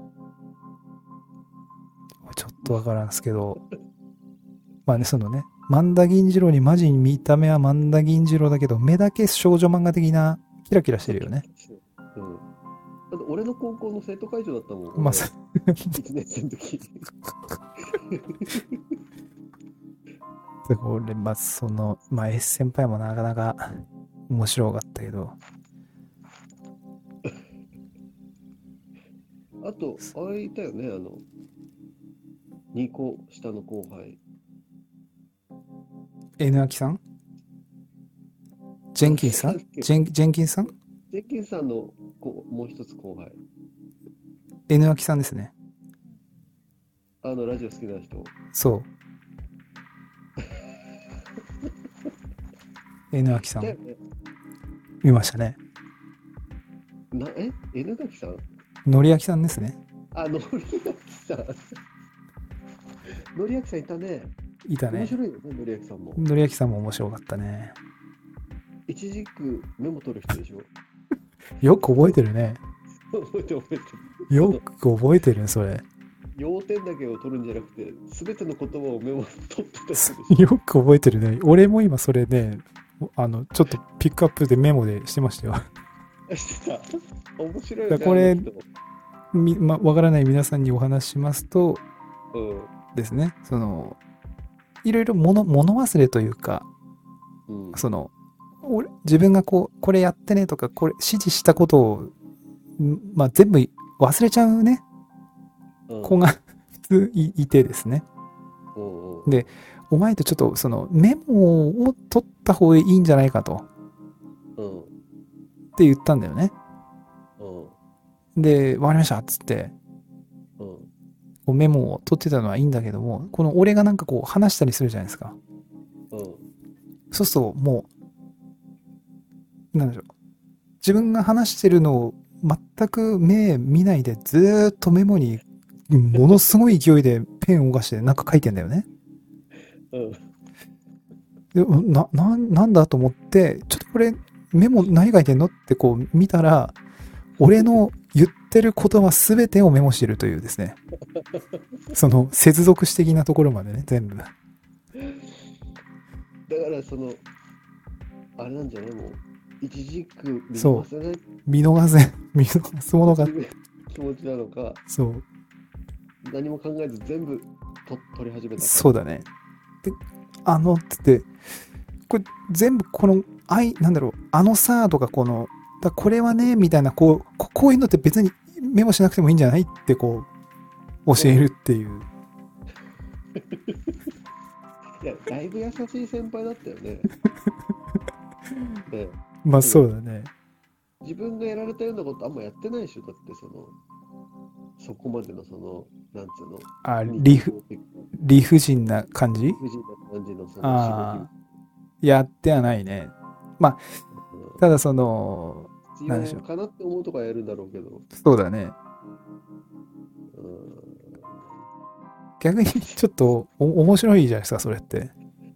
ちょっとわからんすけど、まあね、万田銀次郎にマジに見た目は万田銀次郎だけど、目だけ少女漫画的なキラキラしてるよね。 うん。だって俺の高校の生徒会長だったもん、 まあ、 俺。1年生の時。 俺、まあ、S 先輩もなかなか面白かったけど、 と、あれいたよね、2個下の後輩。 N アキさん、ジェンキンスさん、ジェンキンスさん、 ジェッキンさんのもう一つ後輩。 N アキさんですね。 ラジオ好きな人。 そう。N アキさん、 だよね。 見ましたね。 N 垣さん。 のりあきさんですね。 のりあきさん。のりあきさんいたね。 いたね。 面白いよね、のりあきさんも。 のりあきさんも面白かったね。 一軸メモ取る人でしょ。 よく覚えてるね。 覚えてる。 よく覚えてるね、それ。 要点だけを取るんじゃなくて、すべての言葉をメモ取ってた人でしよく覚えてるね。俺も今それね、ちょっとピックアップでメモでしてましたよ。 ょ。してた。面白いよね。 だこれあの人わからない皆さんにお話ししますとうん。 ですね、いろいろ物忘れというか、 うん。 自分がこれやってねとか、これ指示したことを、全部忘れちゃうね、 うん。 子が普通いてですね。 うんうん。 で、お前とちょっとメモを取った方がいいんじゃないかと、 うん。 って言ったんだよね。 うん。 で、わかりましたっつって、 うん。 こうメモを取ってたのはいいんだけども、この俺がなんかこう話したりするじゃないですか。 うん。 そうするともう、なんでしょう。自分が話してるのを全く目見ないでずーっとメモにものすごい勢いでペンを動かしてなんか書いてんだよね。 うん。 でなんだと思って、ちょっとこれメモ何書いてんのってこう見たら、俺の言ってる言葉すべてをメモしてるというですね。接続詞的なところまでね、全部。 だからあれなんじゃないもう、一軸見逃せない見逃すものが、 気持ちなのか、 そう、 何も考えず全部取り始めた。 そうだね。で、つって、これ全部なんだろう、さとかこれはね、みたいな、こういうのって別にメモしなくてもいいんじゃないって教えるっていう。 いや、だいぶ優しい先輩だったよね。ね、 まあそうだね。 自分がやられたようなことあんまやってないでしょ。だってそこまでのなんつうの、 理不尽な感じ？ 理不尽な感じの仕ああ、やってはないね。まあ、 事。 ただ必なんでしょう。 要かなって思うとかやるんだろうけど。 そうだね。逆にちょっと面白いじゃないですか、それって。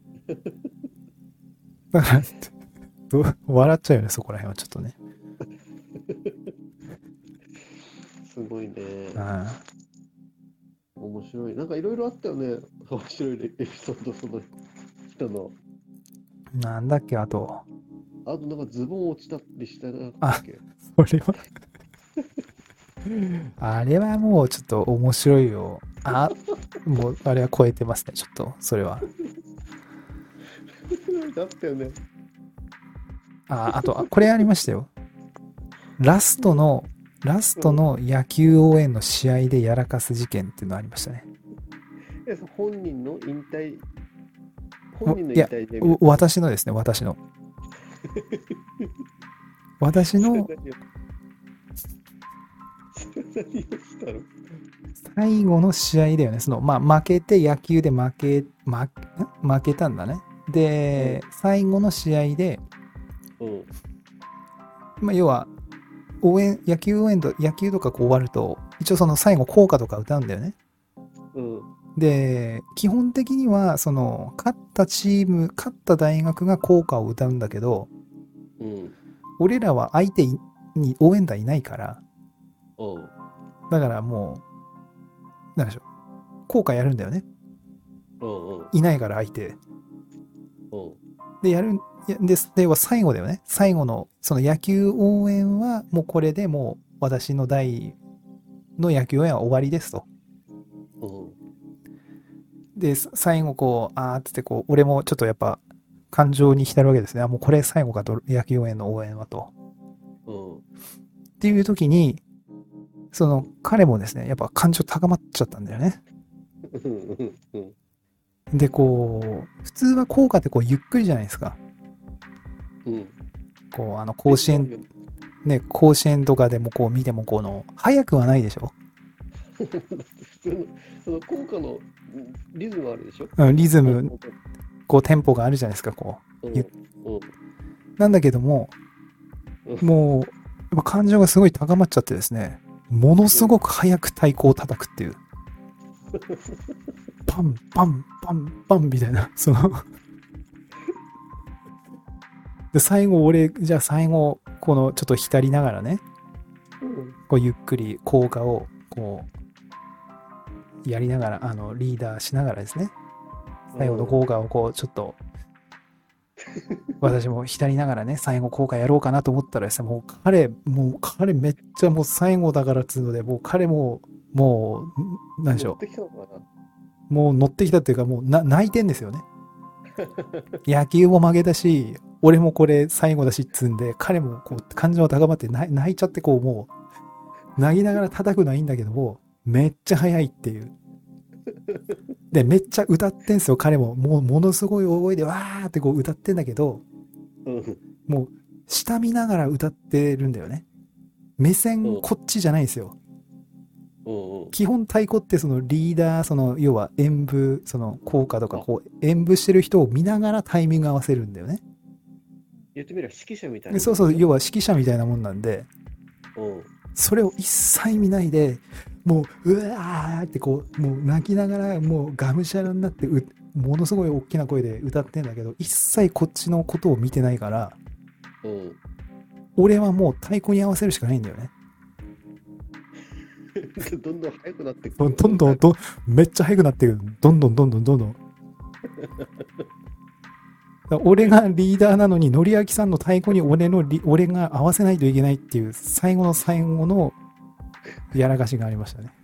だから、笑っちゃうよね、そこら辺はちょっとね。 すごいね。 あ面白い。なんかいろいろあったよね。面白いエピソード、その人の。 なんだっけ、あとなんかズボン落ちたりしたなっあけ。 それはあれはもうちょっと面白いよ。もうあれは超えてますね、ちょっと、それは。 だったよね。 あと、これありましたよ。ラストの野球応援の試合でやらかす事件っていうのありましたね。 本人の引退いや、私のですね、私の最後の試合だよね。負けて、野球で負けたんだね。で、最後の試合で、要は、野球応援野球とか終わると、一応最後校歌とか歌うんだよね。で、基本的には、勝った大学が校歌を歌うんだけど、俺らは相手に応援団いないから、だからもう、なんでしょう、校歌やるんだよね。いないから相手。で、では最後だよね。最後の、野球応援は、もうこれでもう、私の代の野球応援は終わりですと。で、最後つって俺もちょっとやっぱ、感情に浸るわけですね。もうこれ最後かと、野球応援の応援はと。っていう時に、 その彼もですね、やっぱ感情高まっちゃったんだよね。 うんうんうんで、こう、普通は効果ってこうゆっくりじゃないですか。 うんこう、甲子園、ね、甲子園とかでもこう見ても、速くはないでしょ。 普通のその効果のリズムあるでしょ。 うん、リズム、こうテンポがあるじゃないですか、こう。 うんうんなんだけども、もう、やっぱ感情がすごい高まっちゃってですね、ものすごく速く太鼓を叩くっていう。パンパンパンパンみたいな、で最後じゃあ最後、このちょっと浸りながらね、こうゆっくり効果をこうやりながら、リーダーしながらですね、最後の効果をこうちょっと、私も浸りながらね、最後効果やろうかなと思ったらですね、もう彼めっちゃもう最後だからっつうので、もう彼も、なんでしょう。もう乗ってきたっていうか、もう泣いてんですよね。野球も負けたし、俺もこれ最後だしっつうんで、彼もこう感情が高まって泣いちゃって、こうもう、泣きながら叩くのはいいんだけども、めっちゃ速いっていう。で、めっちゃ歌ってんすよ、彼も。もう、ものすごい大声でわーってこう歌ってんだけど、もう、下見ながら歌ってるんだよね。目線こっちじゃないんですよ。基本太鼓ってそのリーダー、要は演舞、効果とかこう演舞してる人を見ながらタイミング合わせるんだよね。 言ってみれば指揮者みたいな。 そうそう、要は指揮者みたいなもんなんで、それを一切見ないで、もう、うわーってこう、もう泣きながら、もうがむしゃらになってものすごい大きな声で歌ってんだけど、一切こっちのことを見てないから、俺はもう太鼓に合わせるしかないんだよね。 どんどん速くなってくる。どんどんめっちゃ速くなってくる。どんどん。俺がリーダーなのに、のりあきさんの太鼓に俺が合わせないといけないっていう最後の最後のやらかしがありましたね。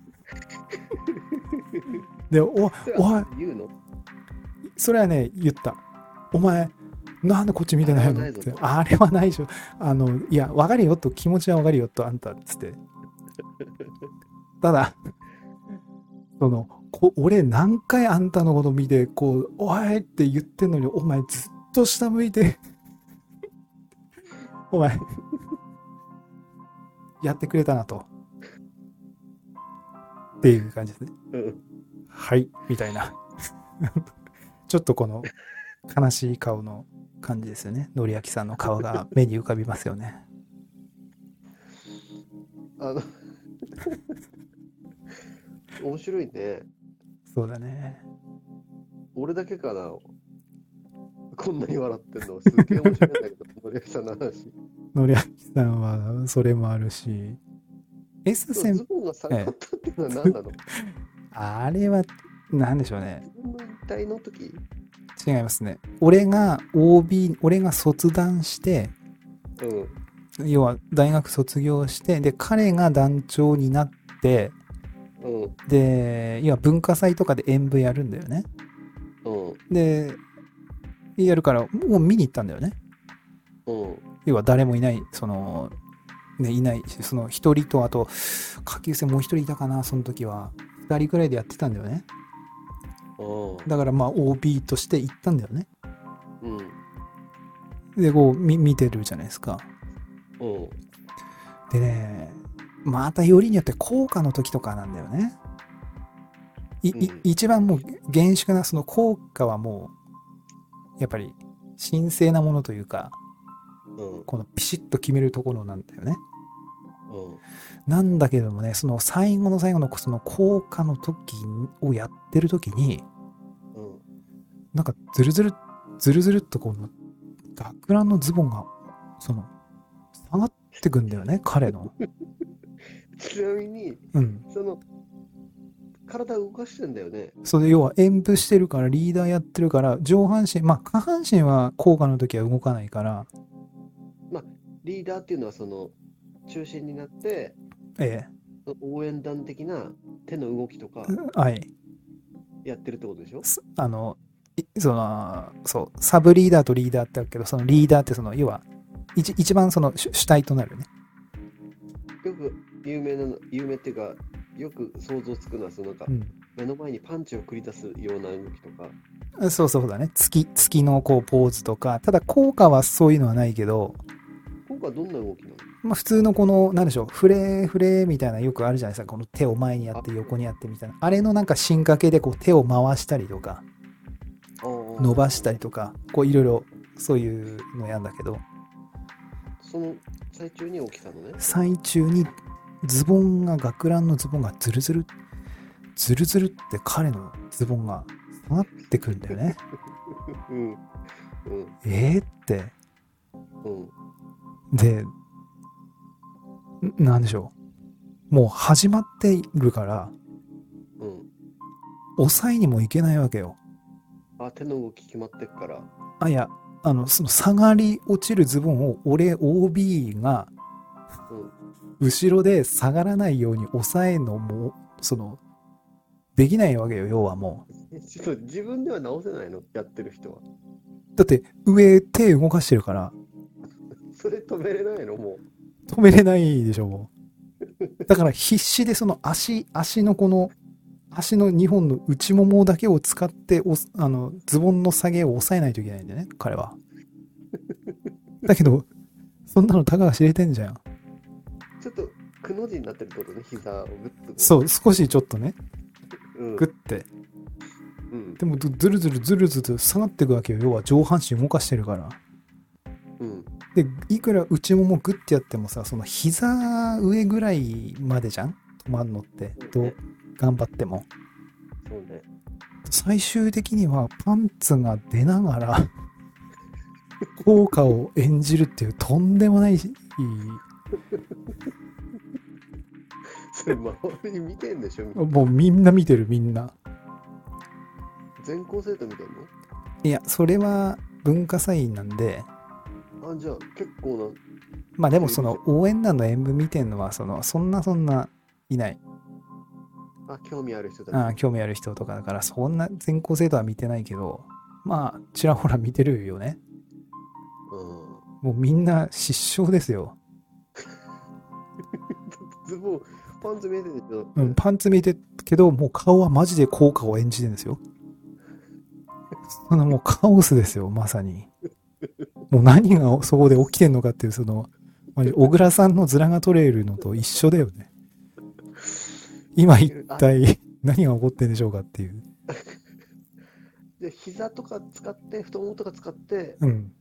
で、 言うの？ それはね、言った。お前、なんでこっち見てないのって。あれはないでしょ。いや、わかるよと、気持ちはわかるよと、あんた、つって。ただ、俺何回あんたのこと見て、こう、おいって言ってんのに、お前ずっと下向いて、お前、やってくれたなと。っていう感じですね。はい、みたいな。ちょっとこの悲しい顔の感じですよね。のりあきさんの顔が目に浮かびますよね。 面白いね。 そうだね。 俺だけかな。こんなに笑ってんの。すっげえ面白いんだけど、のりあきさんの話。 のりあきさんはそれもあるし。S 先輩。 ズボンが下がったっていうのは何なの？ あれは、なんでしょうね。 自分の引退の時？ 違いますね。俺が卒団して、要は大学卒業して、で、彼が団長になって、で、要は文化祭とかで演舞やるんだよね。で、やるから、もう見に行ったんだよね。要は誰もいない、いないし、一人と、あと、下級生もう一人いたかな、その時は。二人くらいでやってたんだよね。だからまあ OB として行ったんだよね。で、こう、見てるじゃないですか。でね、またよりによって効果の時とかなんだよね。一番もう厳粛な効果はもう、やっぱり神聖なものというか、このピシッと決めるところなんだよね。なんだけどもね、最後の最後の効果の時をやってる時に、なんかずるずるっとこの学ランのズボンが下がってくんだよね、彼の。 ちなみに、体動かしてんだよね。 それ要は演舞してるから、リーダーやってるから、上半身、まあ下半身は効果の時は動かないから。 まあリーダーっていうのは中心になって、応援団的な手の動きとかやってるってことでしょ？ そう、サブリーダーとリーダーってあるけど、リーダーって要は一番主体となるね。 よく有名っていうか、よく想像つくのは、なんか、目の前にパンチを繰り出すような動きとか。 そうそうだね。月のこうポーズとか、ただ効果はそういうのはないけど、 今回はどんな動きなの？ まあ普通のこの、なんでしょう、フレーみたいなよくあるじゃないですか。この手を前にやって横にやってみたいな。あれのなんか進化系でこう手を回したりとか、伸ばしたりとか、こういろいろそういうのやんだけど、 その最中に起きたのね。 最中に学ランのズボンがズルズルって彼のズボンが下がってくるんだよね。 うんうん、 って。で、なんでしょう。もう始まっているから、抑えにもいけないわけよ。 手の動き決まってっから。 いや、その下がり落ちるズボンをOB が、後ろで下がらないように抑えのもできないわけよ、要はもう。ちょっと自分では直せないの？やってる人は。 だって上手動かしてるから。 それ止めれないの？もう止めれないでしょ、もう。だから必死でその足の2本の内ももだけを使ってズボンの下げを抑えないといけないんだよね、彼は。だけどそんなのたかが知れてんじゃん。 ちょっとくの字になってるってことね、膝をグッと。 そう、少しちょっとね、グッて。でもずるずる下がっていくわけよ。要は上半身動かしてるから。で、いくら内ももグッてやってもさ、その膝上ぐらいまでじゃん、止まんのって。どう頑張っても。 そうね。 最終的にはパンツが出ながら効果を演じるっていうとんでもないそれ周り見てんでしょ？ もうみんな見てる、みんな。 全校生徒見てんの？ いや、それは文化祭なんで。 じゃあ結構な。 まあでもその応援団の演舞見てんのはそんないない。 興味ある人だ。 興味ある人とかだから、そんな全校生徒は見てないけど、まあちらほら見てるよね。もうみんな失笑ですよ。 ズボン、パンツ見えてるでしょ？ パンツ見えてるけど、もう顔はマジで効果を演じてるんですよ。もうカオスですよ、まさに。もう何がそこで起きてんのかっていう、小倉さんのズラが取れるのと一緒だよね。今一体何が起こってんでしょうかっていう。 で、膝とか使って、太ももとか使って、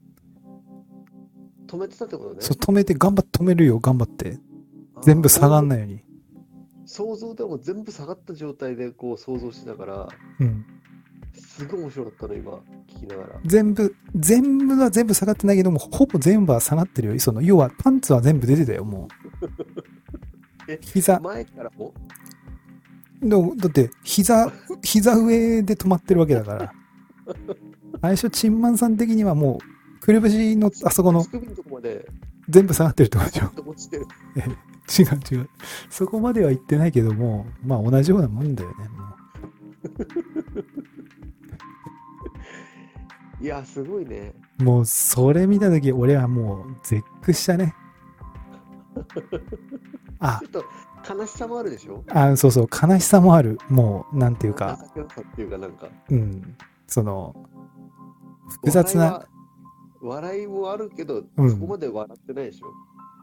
止めてたってことね。 そう、止めて、頑張って止めるよ、頑張って。全部下がんないように。 想像でも全部下がった状態でこう想像してたから、すごい面白かったの、今、聞きながら。 全部は全部下がってないけども、ほぼ全部は下がってるよ。要はパンツは全部出てたよ、もう。膝。 前からも？ だって膝上で止まってるわけだから。最初チンマンさん的にはもうくるぶしのあそこの全部下がってるってことでしょ。違う。そこまでは言ってないけども、まあ同じようなもんだよね。もういや、すごいね。 もうそれ見たとき、俺はもう絶句したね。 ちょっと悲しさもあるでしょ？ そうそう、悲しさもある。もう、なんていうか。 情けなさっていうかなんか。 複雑な。 笑いもあるけど、そこまで笑ってないでしょ？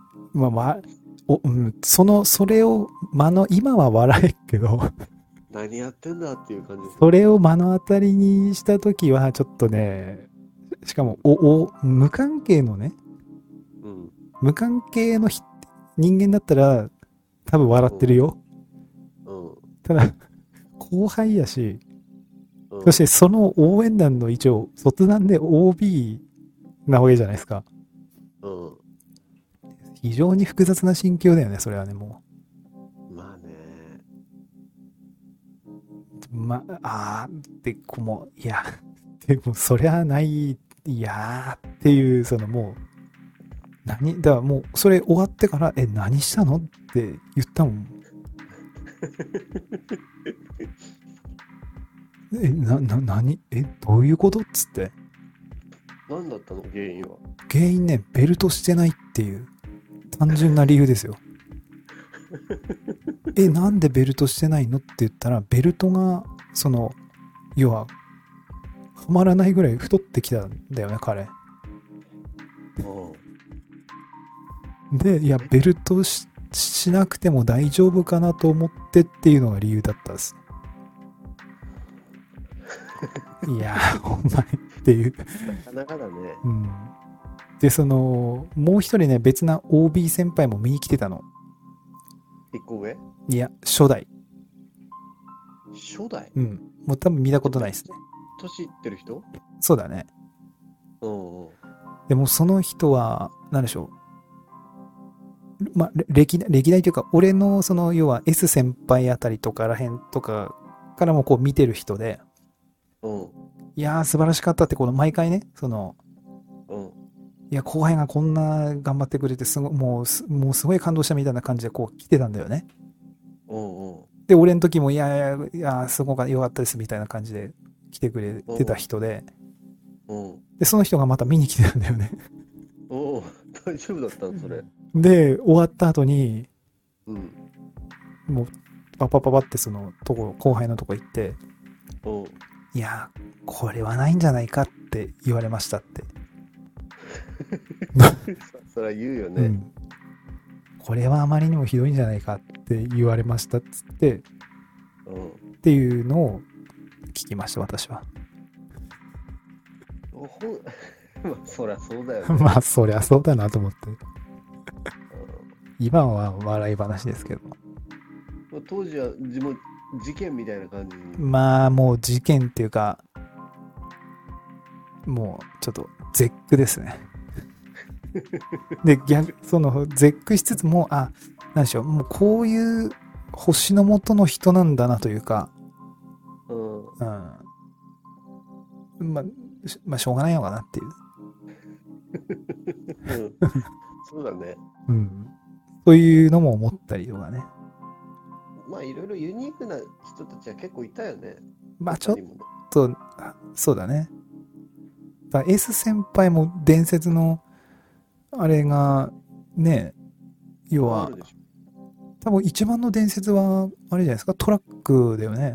それを今は笑えるけど。 何やってんだっていう感じです。 それを目の当たりにしたときは、ちょっとね、しかも、無関係のね、無関係の人間だったら、多分笑ってるよ。ただ、後輩やし、そしてその応援団の一応、卒団で OB なわけじゃないですか。非常に複雑な心境だよね、それはね、もう。まあね。 いや、でもそりゃない、いやーっていう、もう、だからもう、それ終わってから、何したのって言ったもん。どういうことっつって。 何だったの原因は。 原因ね、ベルトしてないっていう単純な理由ですよ。 なんでベルトしてないのって言ったら、ベルトが、要は、はまらないぐらい太ってきたんだよね、彼。で、いや、ベルトしなくても大丈夫かなと思ってっていうのが理由だったんです。いやー、お前っていう。 なかなかだね。 うん。で、もう一人ね、別な OB 先輩も見に来てたの。 一個上？ いや、初代。 初代？ うん。もう多分見たことないですね。 年いってる人？ そうだね。 うんうん。 でもその人は、何でしょう。まあ、歴代というか、俺の要は S 先輩あたりとからへんとかからもこう見てる人で、 うん。 いやー素晴らしかったって、毎回ね、 うん。 いや、後輩がこんな頑張ってくれて、もうすごい感動したみたいな感じでこう来てたんだよね。 うんうん。 で、俺の時も、いや、すごく良かったですみたいな感じで来てくれてた人で、 うん。 で、その人がまた見に来てたんだよね。 おお、大丈夫だったのそれ？ で、終わった後に、 うん。 もう、パパパパって後輩のとこ行って、 うん。 いや、これはないんじゃないかって言われましたって。 それは言うよね。 うん。これはあまりにもひどいんじゃないかって言われましたっつって、っていうのを聞きました、私は。 まあ、そりゃそうだよね。 まあ、そりゃそうだなと思って。今は笑い話ですけど。 まあ、当時は事件みたいな感じに。 まあ、もう事件っていうか、もうちょっと絶句ですね。で、絶句しつつも、なんでしょう、もうこういう星の元の人なんだなというか、まあ、しょうがないのかなっていう。 そうだね。 そういうのも思ったりとかね。 まあ、いろいろユニークな人たちは結構いたよね。 まあ、ちょっと、そうだね。S 先輩も伝説の、あれが、ね、要は、多分一番の伝説は、あれじゃないですか、トラックだよね。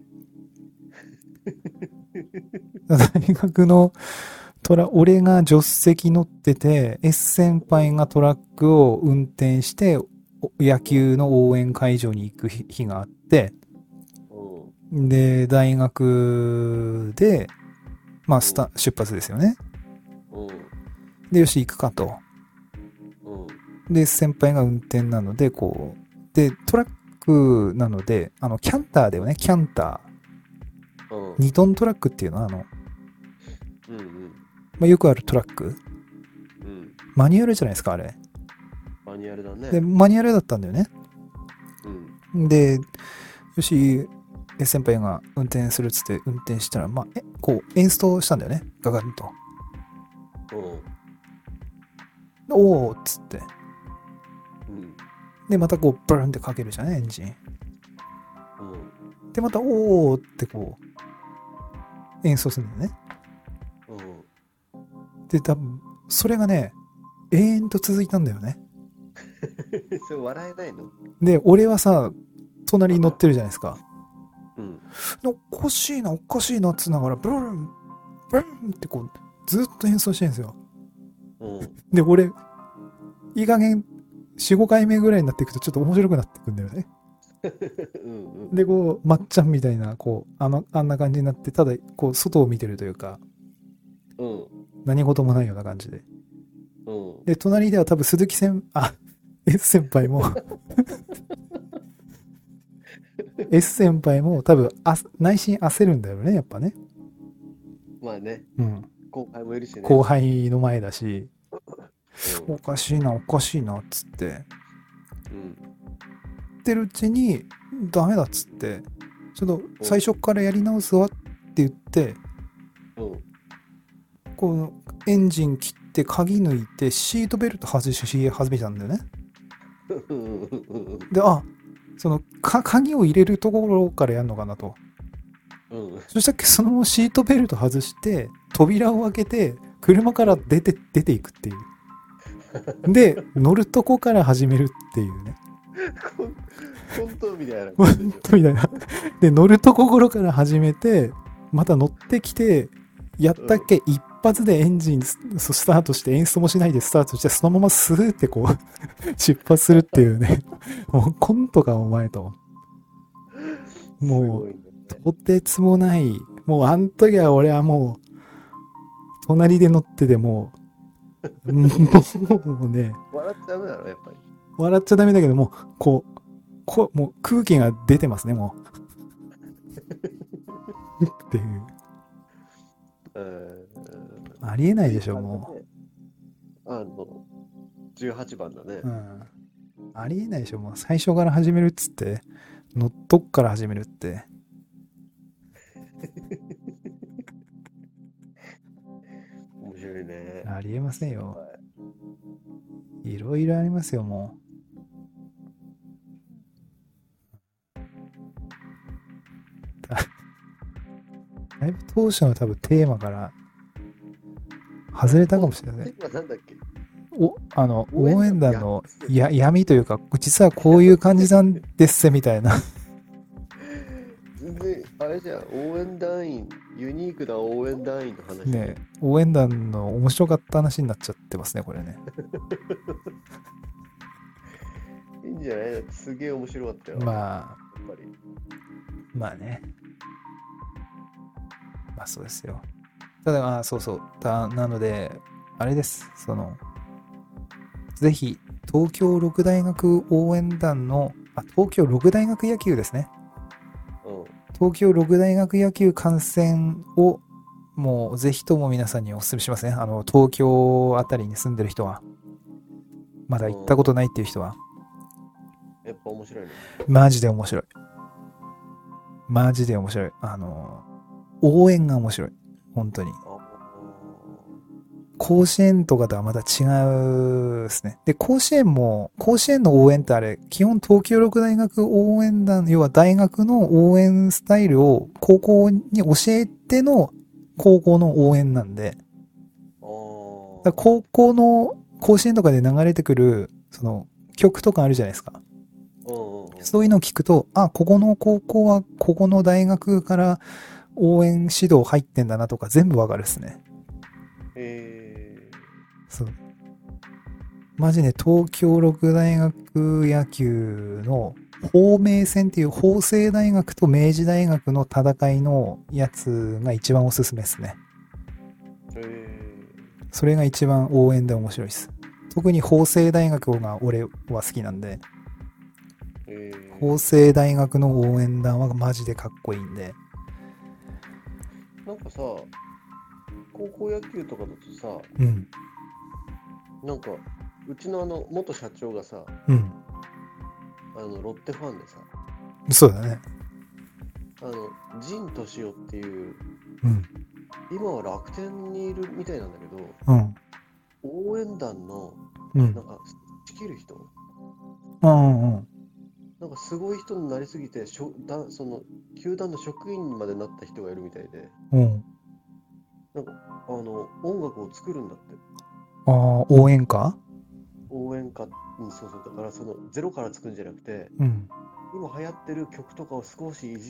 大学の俺が助手席乗ってて、S 先輩がトラックを運転して、野球の応援会場に行く日があって、で、大学で、まあ、出発ですよね。で、よし、行くかと。で、先輩が運転なので、で、トラックなので、キャンターだよね、キャンター。2トントラックっていうのは、まあ、よくあるトラック。マニュアルじゃないですか、あれ。 マニュアルだね。 で、マニュアルだったんだよね。で、よし、先輩が運転するっつって運転したら、まあ、エンストしたんだよね、ガガンと。おーっつって。で、またブルンってかけるじゃん、エンジン。で、また、おーって演奏するんだよね。で、多分、それがね、永遠と続いたんだよね。 それ笑えないの？ で、俺はさ、隣に乗ってるじゃないですか。おかしいな、おかしいなっつながら、ブルン、ブルンってずっと演奏してるんですよ。で、俺、いい加減、4、5回目ぐらいになっていくとちょっと面白くなっていくんだよね。で、まっちゃんみたいな、あんな感じになって、ただ、外を見てるというか、何事もないような感じで。で、隣では多分S 先輩もS 先輩も多分内心焦るんだよね、やっぱね。 まあね。後輩もいるしね。 後輩の前だし、おかしいな、おかしいな、っつって。ってるうちに、ダメだっつって、ちょっと最初からやり直すわって言って、エンジン切って鍵抜いてシートベルト外し始めたんだよね。で、鍵を入れるところからやるのかなと。そしたらそのシートベルト外して扉を開けて車から出ていくっていう。で、乗るとこから始めるっていうね。 コントみたいな本感じでしょ。 当みたいな。で、乗るところから始めて、また乗ってきて、やったっけ、一発でエンジンスタートして、演出もしないでスタートして、そのままスーってこう、出発するっていうね。もうコントかお前と。 すもう、 ごいね。 とてつもない。もう、あん時は俺はもう、隣で乗っててもう、もうね、 笑っちゃうだろ、やっぱり。 笑っちゃダメだけど、もう、もう空気が出てますね、もう。っていう。 うーん。 ありえないでしょ、 次も 18番だね。 う。うん。ありえないでしょ、もう最初から始めるっつって、乗っとくから始めるって。 面白いね。 ありえませんよ。いろいろありますよ、もう。だいぶ当初の多分テーマから外れたかもしれない。 今なんだっけ。 応援団の闇というか、実はこういう感じなんですみたいな。 全然、あれじゃん、応援団員、ユニークな応援団員の話。 ね、応援団の面白かった話になっちゃってますね、これね。 いいんじゃない？だってすげえ面白かったよ。やっまぱり。 あね。まあそうですよ。ただ、そうそう。なので、あれです。ぜひ、東京六大学応援団の、東京六大学野球ですね。 うん。 東京六大学野球観戦を、もうぜひとも皆さんにお勧めしますね。東京あたりに住んでる人は、まだ行ったことないっていう人は、 やっぱ面白いね。 マジで面白い。マジで面白い。応援が面白い。本当に。甲子園とかとはまた違うですね。で、甲子園の応援ってあれ、基本東京六大学応援団、要は大学の応援スタイルを高校に教えての高校の応援なんで、だから高校の甲子園とかで流れてくる、曲とかあるじゃないですか。そういうのを聞くと、ここの高校はここの大学から応援指導入ってんだなとか全部わかるですね。そう。マジね、東京六大学野球の法名戦っていう法政大学と明治大学の戦いのやつが一番おすすめですね。それが一番応援で面白いです。特に法政大学が俺は好きなんで、法政大学の応援団はマジでかっこいいんで。 なんかさ、高校野球とかだとさ、 うん。 なんか、うちの元社長がさ、 うん。 ロッテファンでさ、 そうだね。 陣敏夫っていう、 うん。 今は楽天にいるみたいなんだけど、 うん。 応援団の、 うん。 なんか、仕切る人うんうん。 なんかすごい人になりすぎて、その、球団の職員までなった人がいるみたいで、 うん。 なんか、音楽を作るんだって。 応援歌。 応援歌、そうそう、だからゼロから作るんじゃなくて、 うん。 今流行ってる曲とかを少しいじって、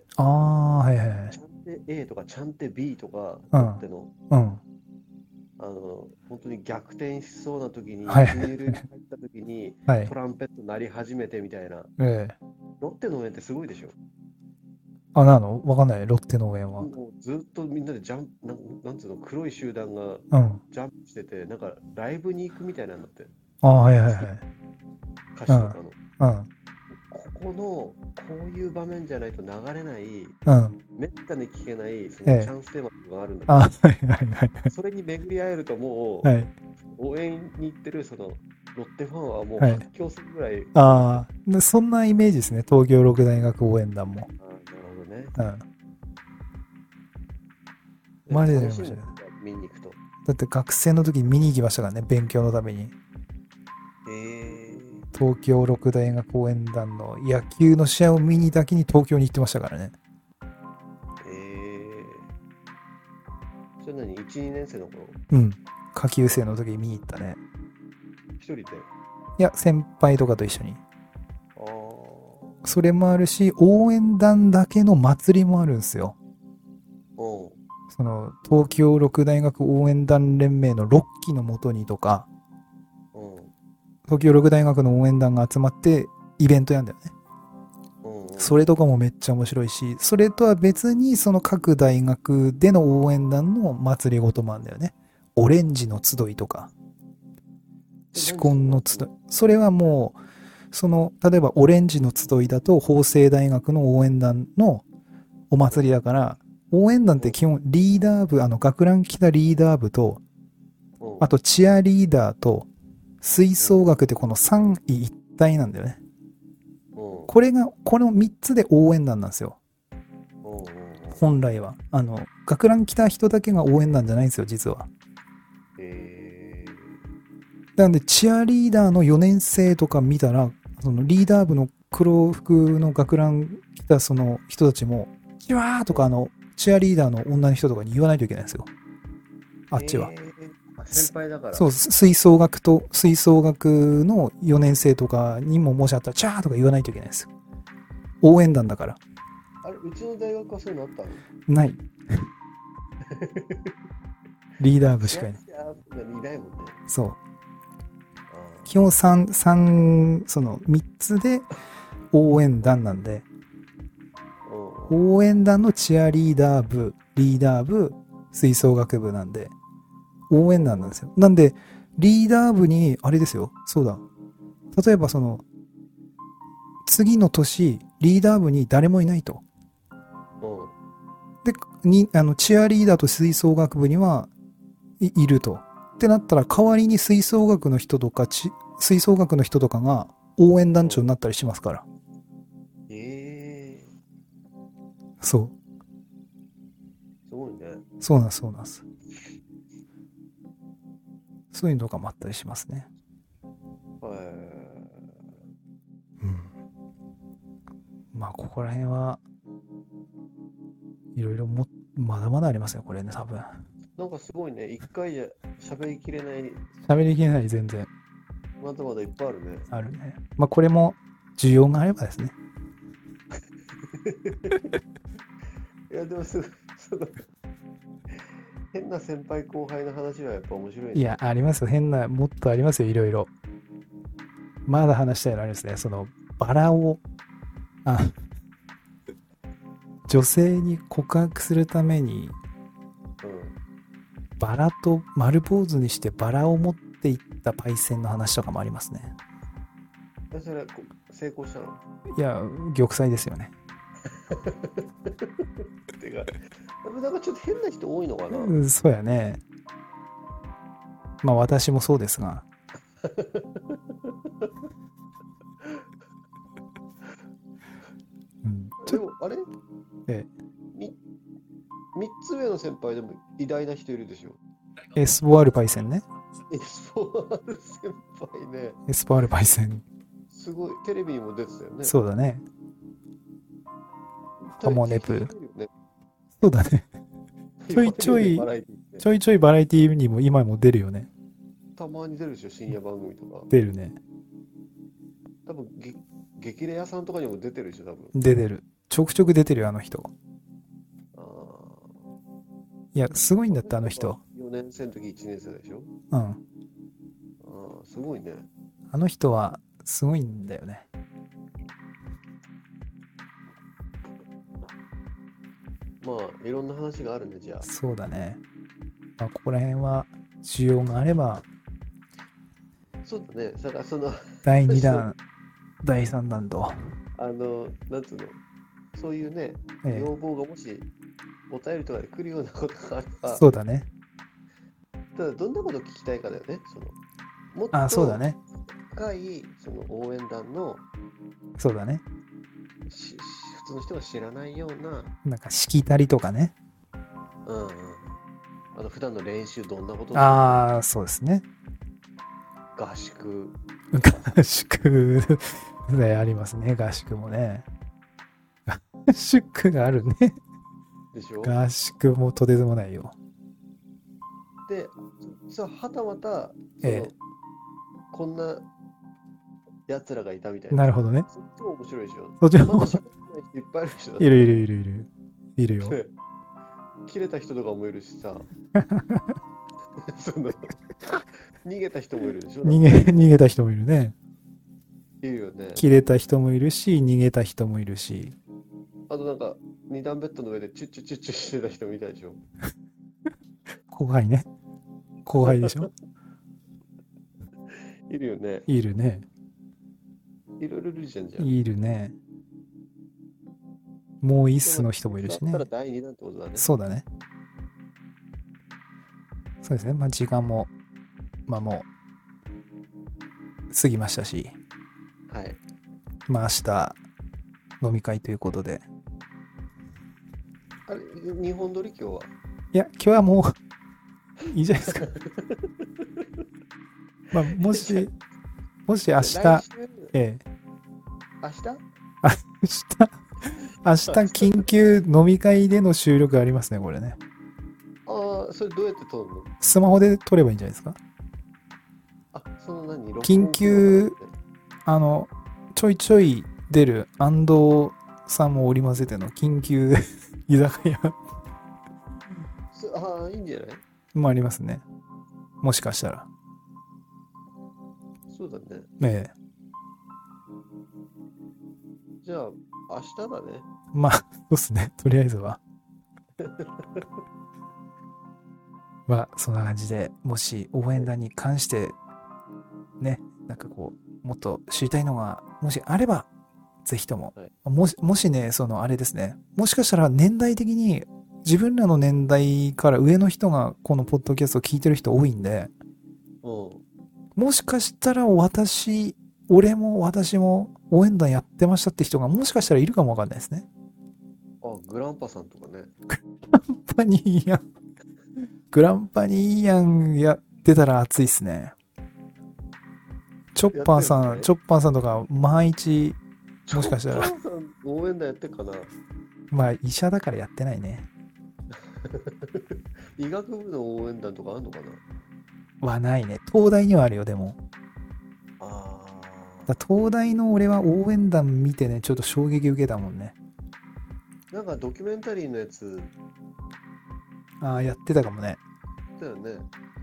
はいはいはい。 チャンテ A とかチャンテ B とか、 うんロッテの、 うん。 本当に逆転しそうな時に、 はい一二塁に入った時に、 はい。 トランペット鳴り始めてみたいな。 ええ。 ロッテの応援ってすごいでしょ。 なのわかんない。ロッテの応援は。 もうずっとみんなでジャンプ、なんつうの、黒い集団がうん。 ジャンプしてて、なんかライブに行くみたいなんだって。 はいはいはい。 歌詞とかの。 うん。 こういう場面じゃないと流れない、 うん。 めったに聞けないそのチええ。 ャンステーマがあるんだはいはいはいけど、それに巡り合えるともはい。 う、応援に行ってるロッテファンはもうはい。 発狂するぐらい。 そんなイメージですね。東京六大学応援団も。 なるほどね。 うん。マジで面白い。 見に行くと。 だって学生の時に見に行きましたからね。勉強のために。東京六大学応援団の野球の試合を見にだけに東京に行ってましたからね。 それ何 ?1、2年生の頃？ うん。下級生の時に見に行ったね。 一人で？ いや、先輩とかと一緒に。 それもあるし、応援団だけの祭りもあるんですよ。 うん。 その、東京六大学応援団連盟の6期のもとにとか、 うん。 東京六大学の応援団が集まってイベントやんだよね。 うん。 それとかもめっちゃ面白いし、それとは別にその各大学での応援団の祭りごともあるんだよね。オレンジの集いとか、紫紺の集い。それはもう、例えばオレンジの集いだと法政大学の応援団のお祭りだから、応援団って基本リーダー部、学ラン着たリーダー部と、 うん。 あとチアリーダーと吹奏楽ってこの三位一体なんだよね。 うん。 この3つで応援団なんですよ。 うん。 本来は。学ラン着た人だけが応援団じゃないんですよ、実は。なので、チアリーダーの4年生とか見たら、そのリーダー部の黒服の学ラン着たその人たちも、キワーとかチアリーダーの女の人とかに言わないといけないんですよ。あっちは。 先輩だから。 そう、吹奏楽の4年生とかにももしあったら、チャーとか言わないといけないんですよ。応援団だから。 あれ、うちの大学はそういうのあったの？ ない。リーダー部しかいない。 いないもんね。 そう。基本その3つで応援団なんで、応援団のチアリーダー部、リーダー部、吹奏楽部なんで、応援団なんですよ。なんで、リーダー部に、あれですよ、そうだ。例えば次の年、リーダー部に誰もいないと。で、チアリーダーと吹奏楽部にいると。ってなったら、代わりに吹奏楽の人とかが応援団長になったりしますから。そう。 すごいね。 そうなんです。そういうのとかもあったりしますね。まあ、ここら辺はいろいろまだまだありますよ、これね、多分。 なんかすごいね、一回じゃ喋りきれない。 喋りきれない、全然。 まだまだいっぱいあるね。 あるね。まあ、これも需要があればですね。 いや、でも変な先輩後輩の話はやっぱ面白いね。 いや、ありますよ。もっとありますよ、いろいろ。まだ話したいのあれですね。バラを、女性に告白するために、バラと丸坊主にしてバラを持っていったパイセンの話とかもありますね。 それ成功したの？ いや、玉砕ですよね。 てか、なんかちょっと変な人多いのかな？ そうやね。まあ私もそうですが。 でもあれ 3 つ上の先輩でも偉大な人いるでしょ。 エスポアルパイセンね。 エスポアル先輩ね。 エスポアルパイセン。 すごい、テレビにも出てたよね。 そうだね。ハモネプ。そうだね。ちょいちょいバラエティにも今も出るよね。 たまに出るでしょ、深夜番組とか。 出るね。 多分激レアさんとかにも出てるでしょ、多分。 出てる。ちょくちょく出てるよ、あの人。いや、すごいんだって、あの人。 4年生の時1年生でしょ？すごいね。 あの人はすごいんだよね。 まあ、いろんな話があるね、じゃあ。 そうだね。まあ、ここら辺は需要があれば、 そうだね。だから第2弾、第3弾と。 なんつうの、そういうね、要望がもしお便りとかで来るようなことがあれば。 そうだね。 ただ、どんなことを聞きたいかだよね。もっとそうだね。 深い応援団の、 そうだね。 普通の人が知らないような、 なんかしきたりとかね。 普段の練習どんなことをする？ そうですね。 合宿でありますね。合宿もね。合宿があるね。 でしょ？ 合宿もとてつもないよ。 で、はたまた、こんな奴らがいたみたいな。 なるほどね。 そっちも面白いでしょ。 そっちもまだ喋ってない人いっぱいいるでしょ。 いるいるいるいる。いるよ。 切れた人とかもいるしさ。その逃げた人もいるでしょ。 逃げた人もいるね。 いるよね。 切れた人もいるし、逃げた人もいるし。 あとなんか、二段ベッドの上でチュッチュチュッチュしてた人みたいでしょ。 後輩ね。後輩でしょ。 いるよね。 いるね。 いろいろいるじゃんじゃん。 いるね。もう一巣の人もいるしねだった。ら第二弾ってことだね。 そうだね。そうですね。まあ時間も、まあもう、過ぎましたし、 はい。 まあ明日、飲み会ということで。 あれ、日本撮り今日は。 いや、今日はもう、いいじゃないですか。まあもし明日、 来週、 ええ、 明日明日緊急飲み会での収録ありますね、これね。 ああ、それどうやって撮るの？ スマホで撮ればいいんじゃないですか。 あ、その何録音緊急、ちょいちょい出る安藤さんも織り交ぜての緊急居酒屋ああ、いいんじゃない？ もありますね。もしかしたら。 そうだね。 ええ。 じゃあ、明日だね。 まあ、そうっすね。とりあえずは。まあ、そんな感じで、もし応援団に関して、ね、なんかこう、もっと知りたいのが、もしあれば、ぜひとも。 はいもしね、あれですね。もしかしたら年代的に、自分らの年代から上の人がこのポッドキャストを聞いてる人多いんで、 うん。 もしかしたら俺も私も応援団やってましたって人がもしかしたらいるかもわかんないですね。 あ、グランパさんとかね。 グランパニーヤンやってたら熱いっすね。チョッパーさんとか毎日、もしかしたら、 チョッパーさん応援団やってるかな？ まあ医者だからやってないね。 医学部の応援団とかあんのかな？ はないね。東大にはあるよ、でも。 あ東大の俺は応援団見てね、ちょっと衝撃受けたもんね。 あ、なんかドキュメンタリーのやつああ、やってたかもね。 だよね。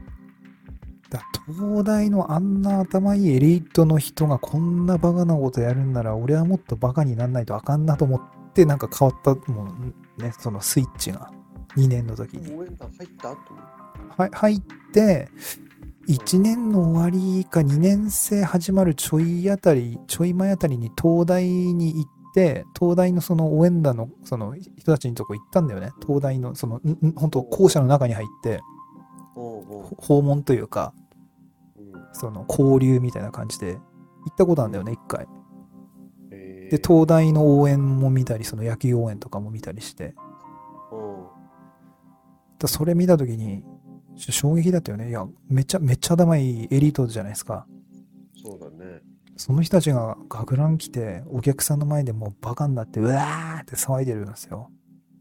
東大のあんな頭いいエリートの人がこんなバカなことやるんなら、俺はもっとバカになんないとあかんなと思って、なんか変わったもんね、そのスイッチが。2年の時に。 応援団入った後入って、1年の終わりか2年生始まるちょい前あたりに東大に行って、東大のその応援団のその人たちのとこ行ったんだよね。東大のその、本当校舎の中に入って、訪問というか、その交流みたいな感じで行ったことあるんだよね、一回。で、東大の応援も見たり、その野球応援とかも見たりして。それ見たときに、衝撃だったよね。いや、めっちゃ頭いいエリートじゃないですか。 そうだね。 その人たちが学ラン来て、お客さんの前でもうバカになって、うわーって騒いでるんですよ。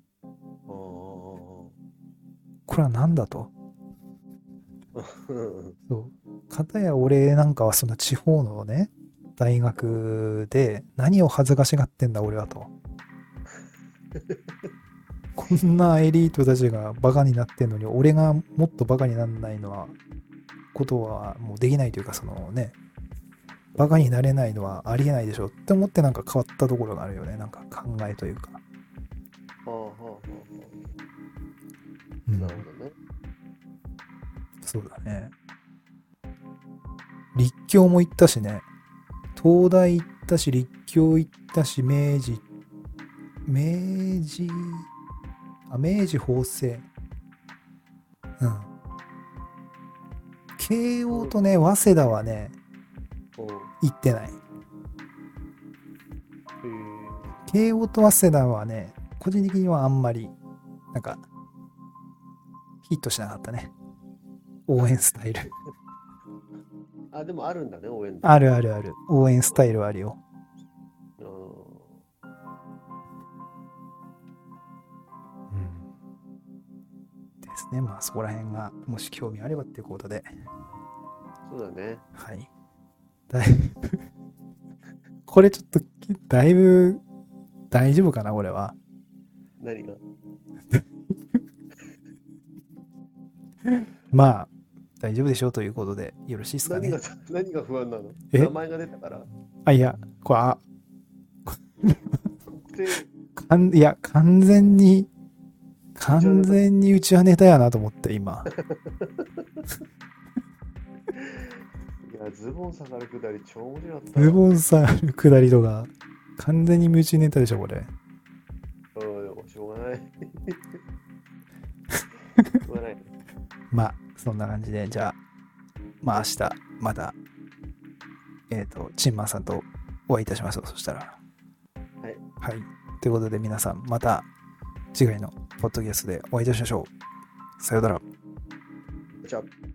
これは何だと。そう。片や俺なんかはその地方のね、大学で何を恥ずかしがってんだ俺はと。こんなエリートたちがバカになってんのに、俺がもっとバカにならないことはもうできないというか、そのね、バカになれないのはありえないでしょって思ってなんか変わったところがあるよね。なんか考えというか。 なるほどね。 そうだね。立教も行ったしね。東大行ったし、立教行ったし、明治法政。うん。慶応とね、早稲田はね、行ってない。慶応と早稲田はね、個人的にはあんまり、なんか、ヒットしなかったね。応援スタイル。 あ、でもあるんだね、応援。 ある。応援スタイルあるよ。ですね。まあそこら辺がもし興味あればっていうことで。 そうだね。 はい。だいぶこれちょっと、だいぶ、大丈夫かな、これは。 何がまあ、大丈夫でしょうということで、よろしいですかね。 何が不安なの？ え名前が出たから。 あ、いや、これ、 特定いや、完全にううちはネタやなと思って、今。 いや、ズボン下がるくだり超面白かったズわ。 ボンさんくだりとか、完全に夢中ネタでしょ、これ。 しょうがない。しょうがない。 まあ、そんな感じで、じゃあ、まあ明日、また、チンマンさんとお会いいたしましょう。そしたら。 はい。 はい。ということで、皆さん、また次回のポッドキャストでお会いいたしましょう。さようなら。 じゃあ。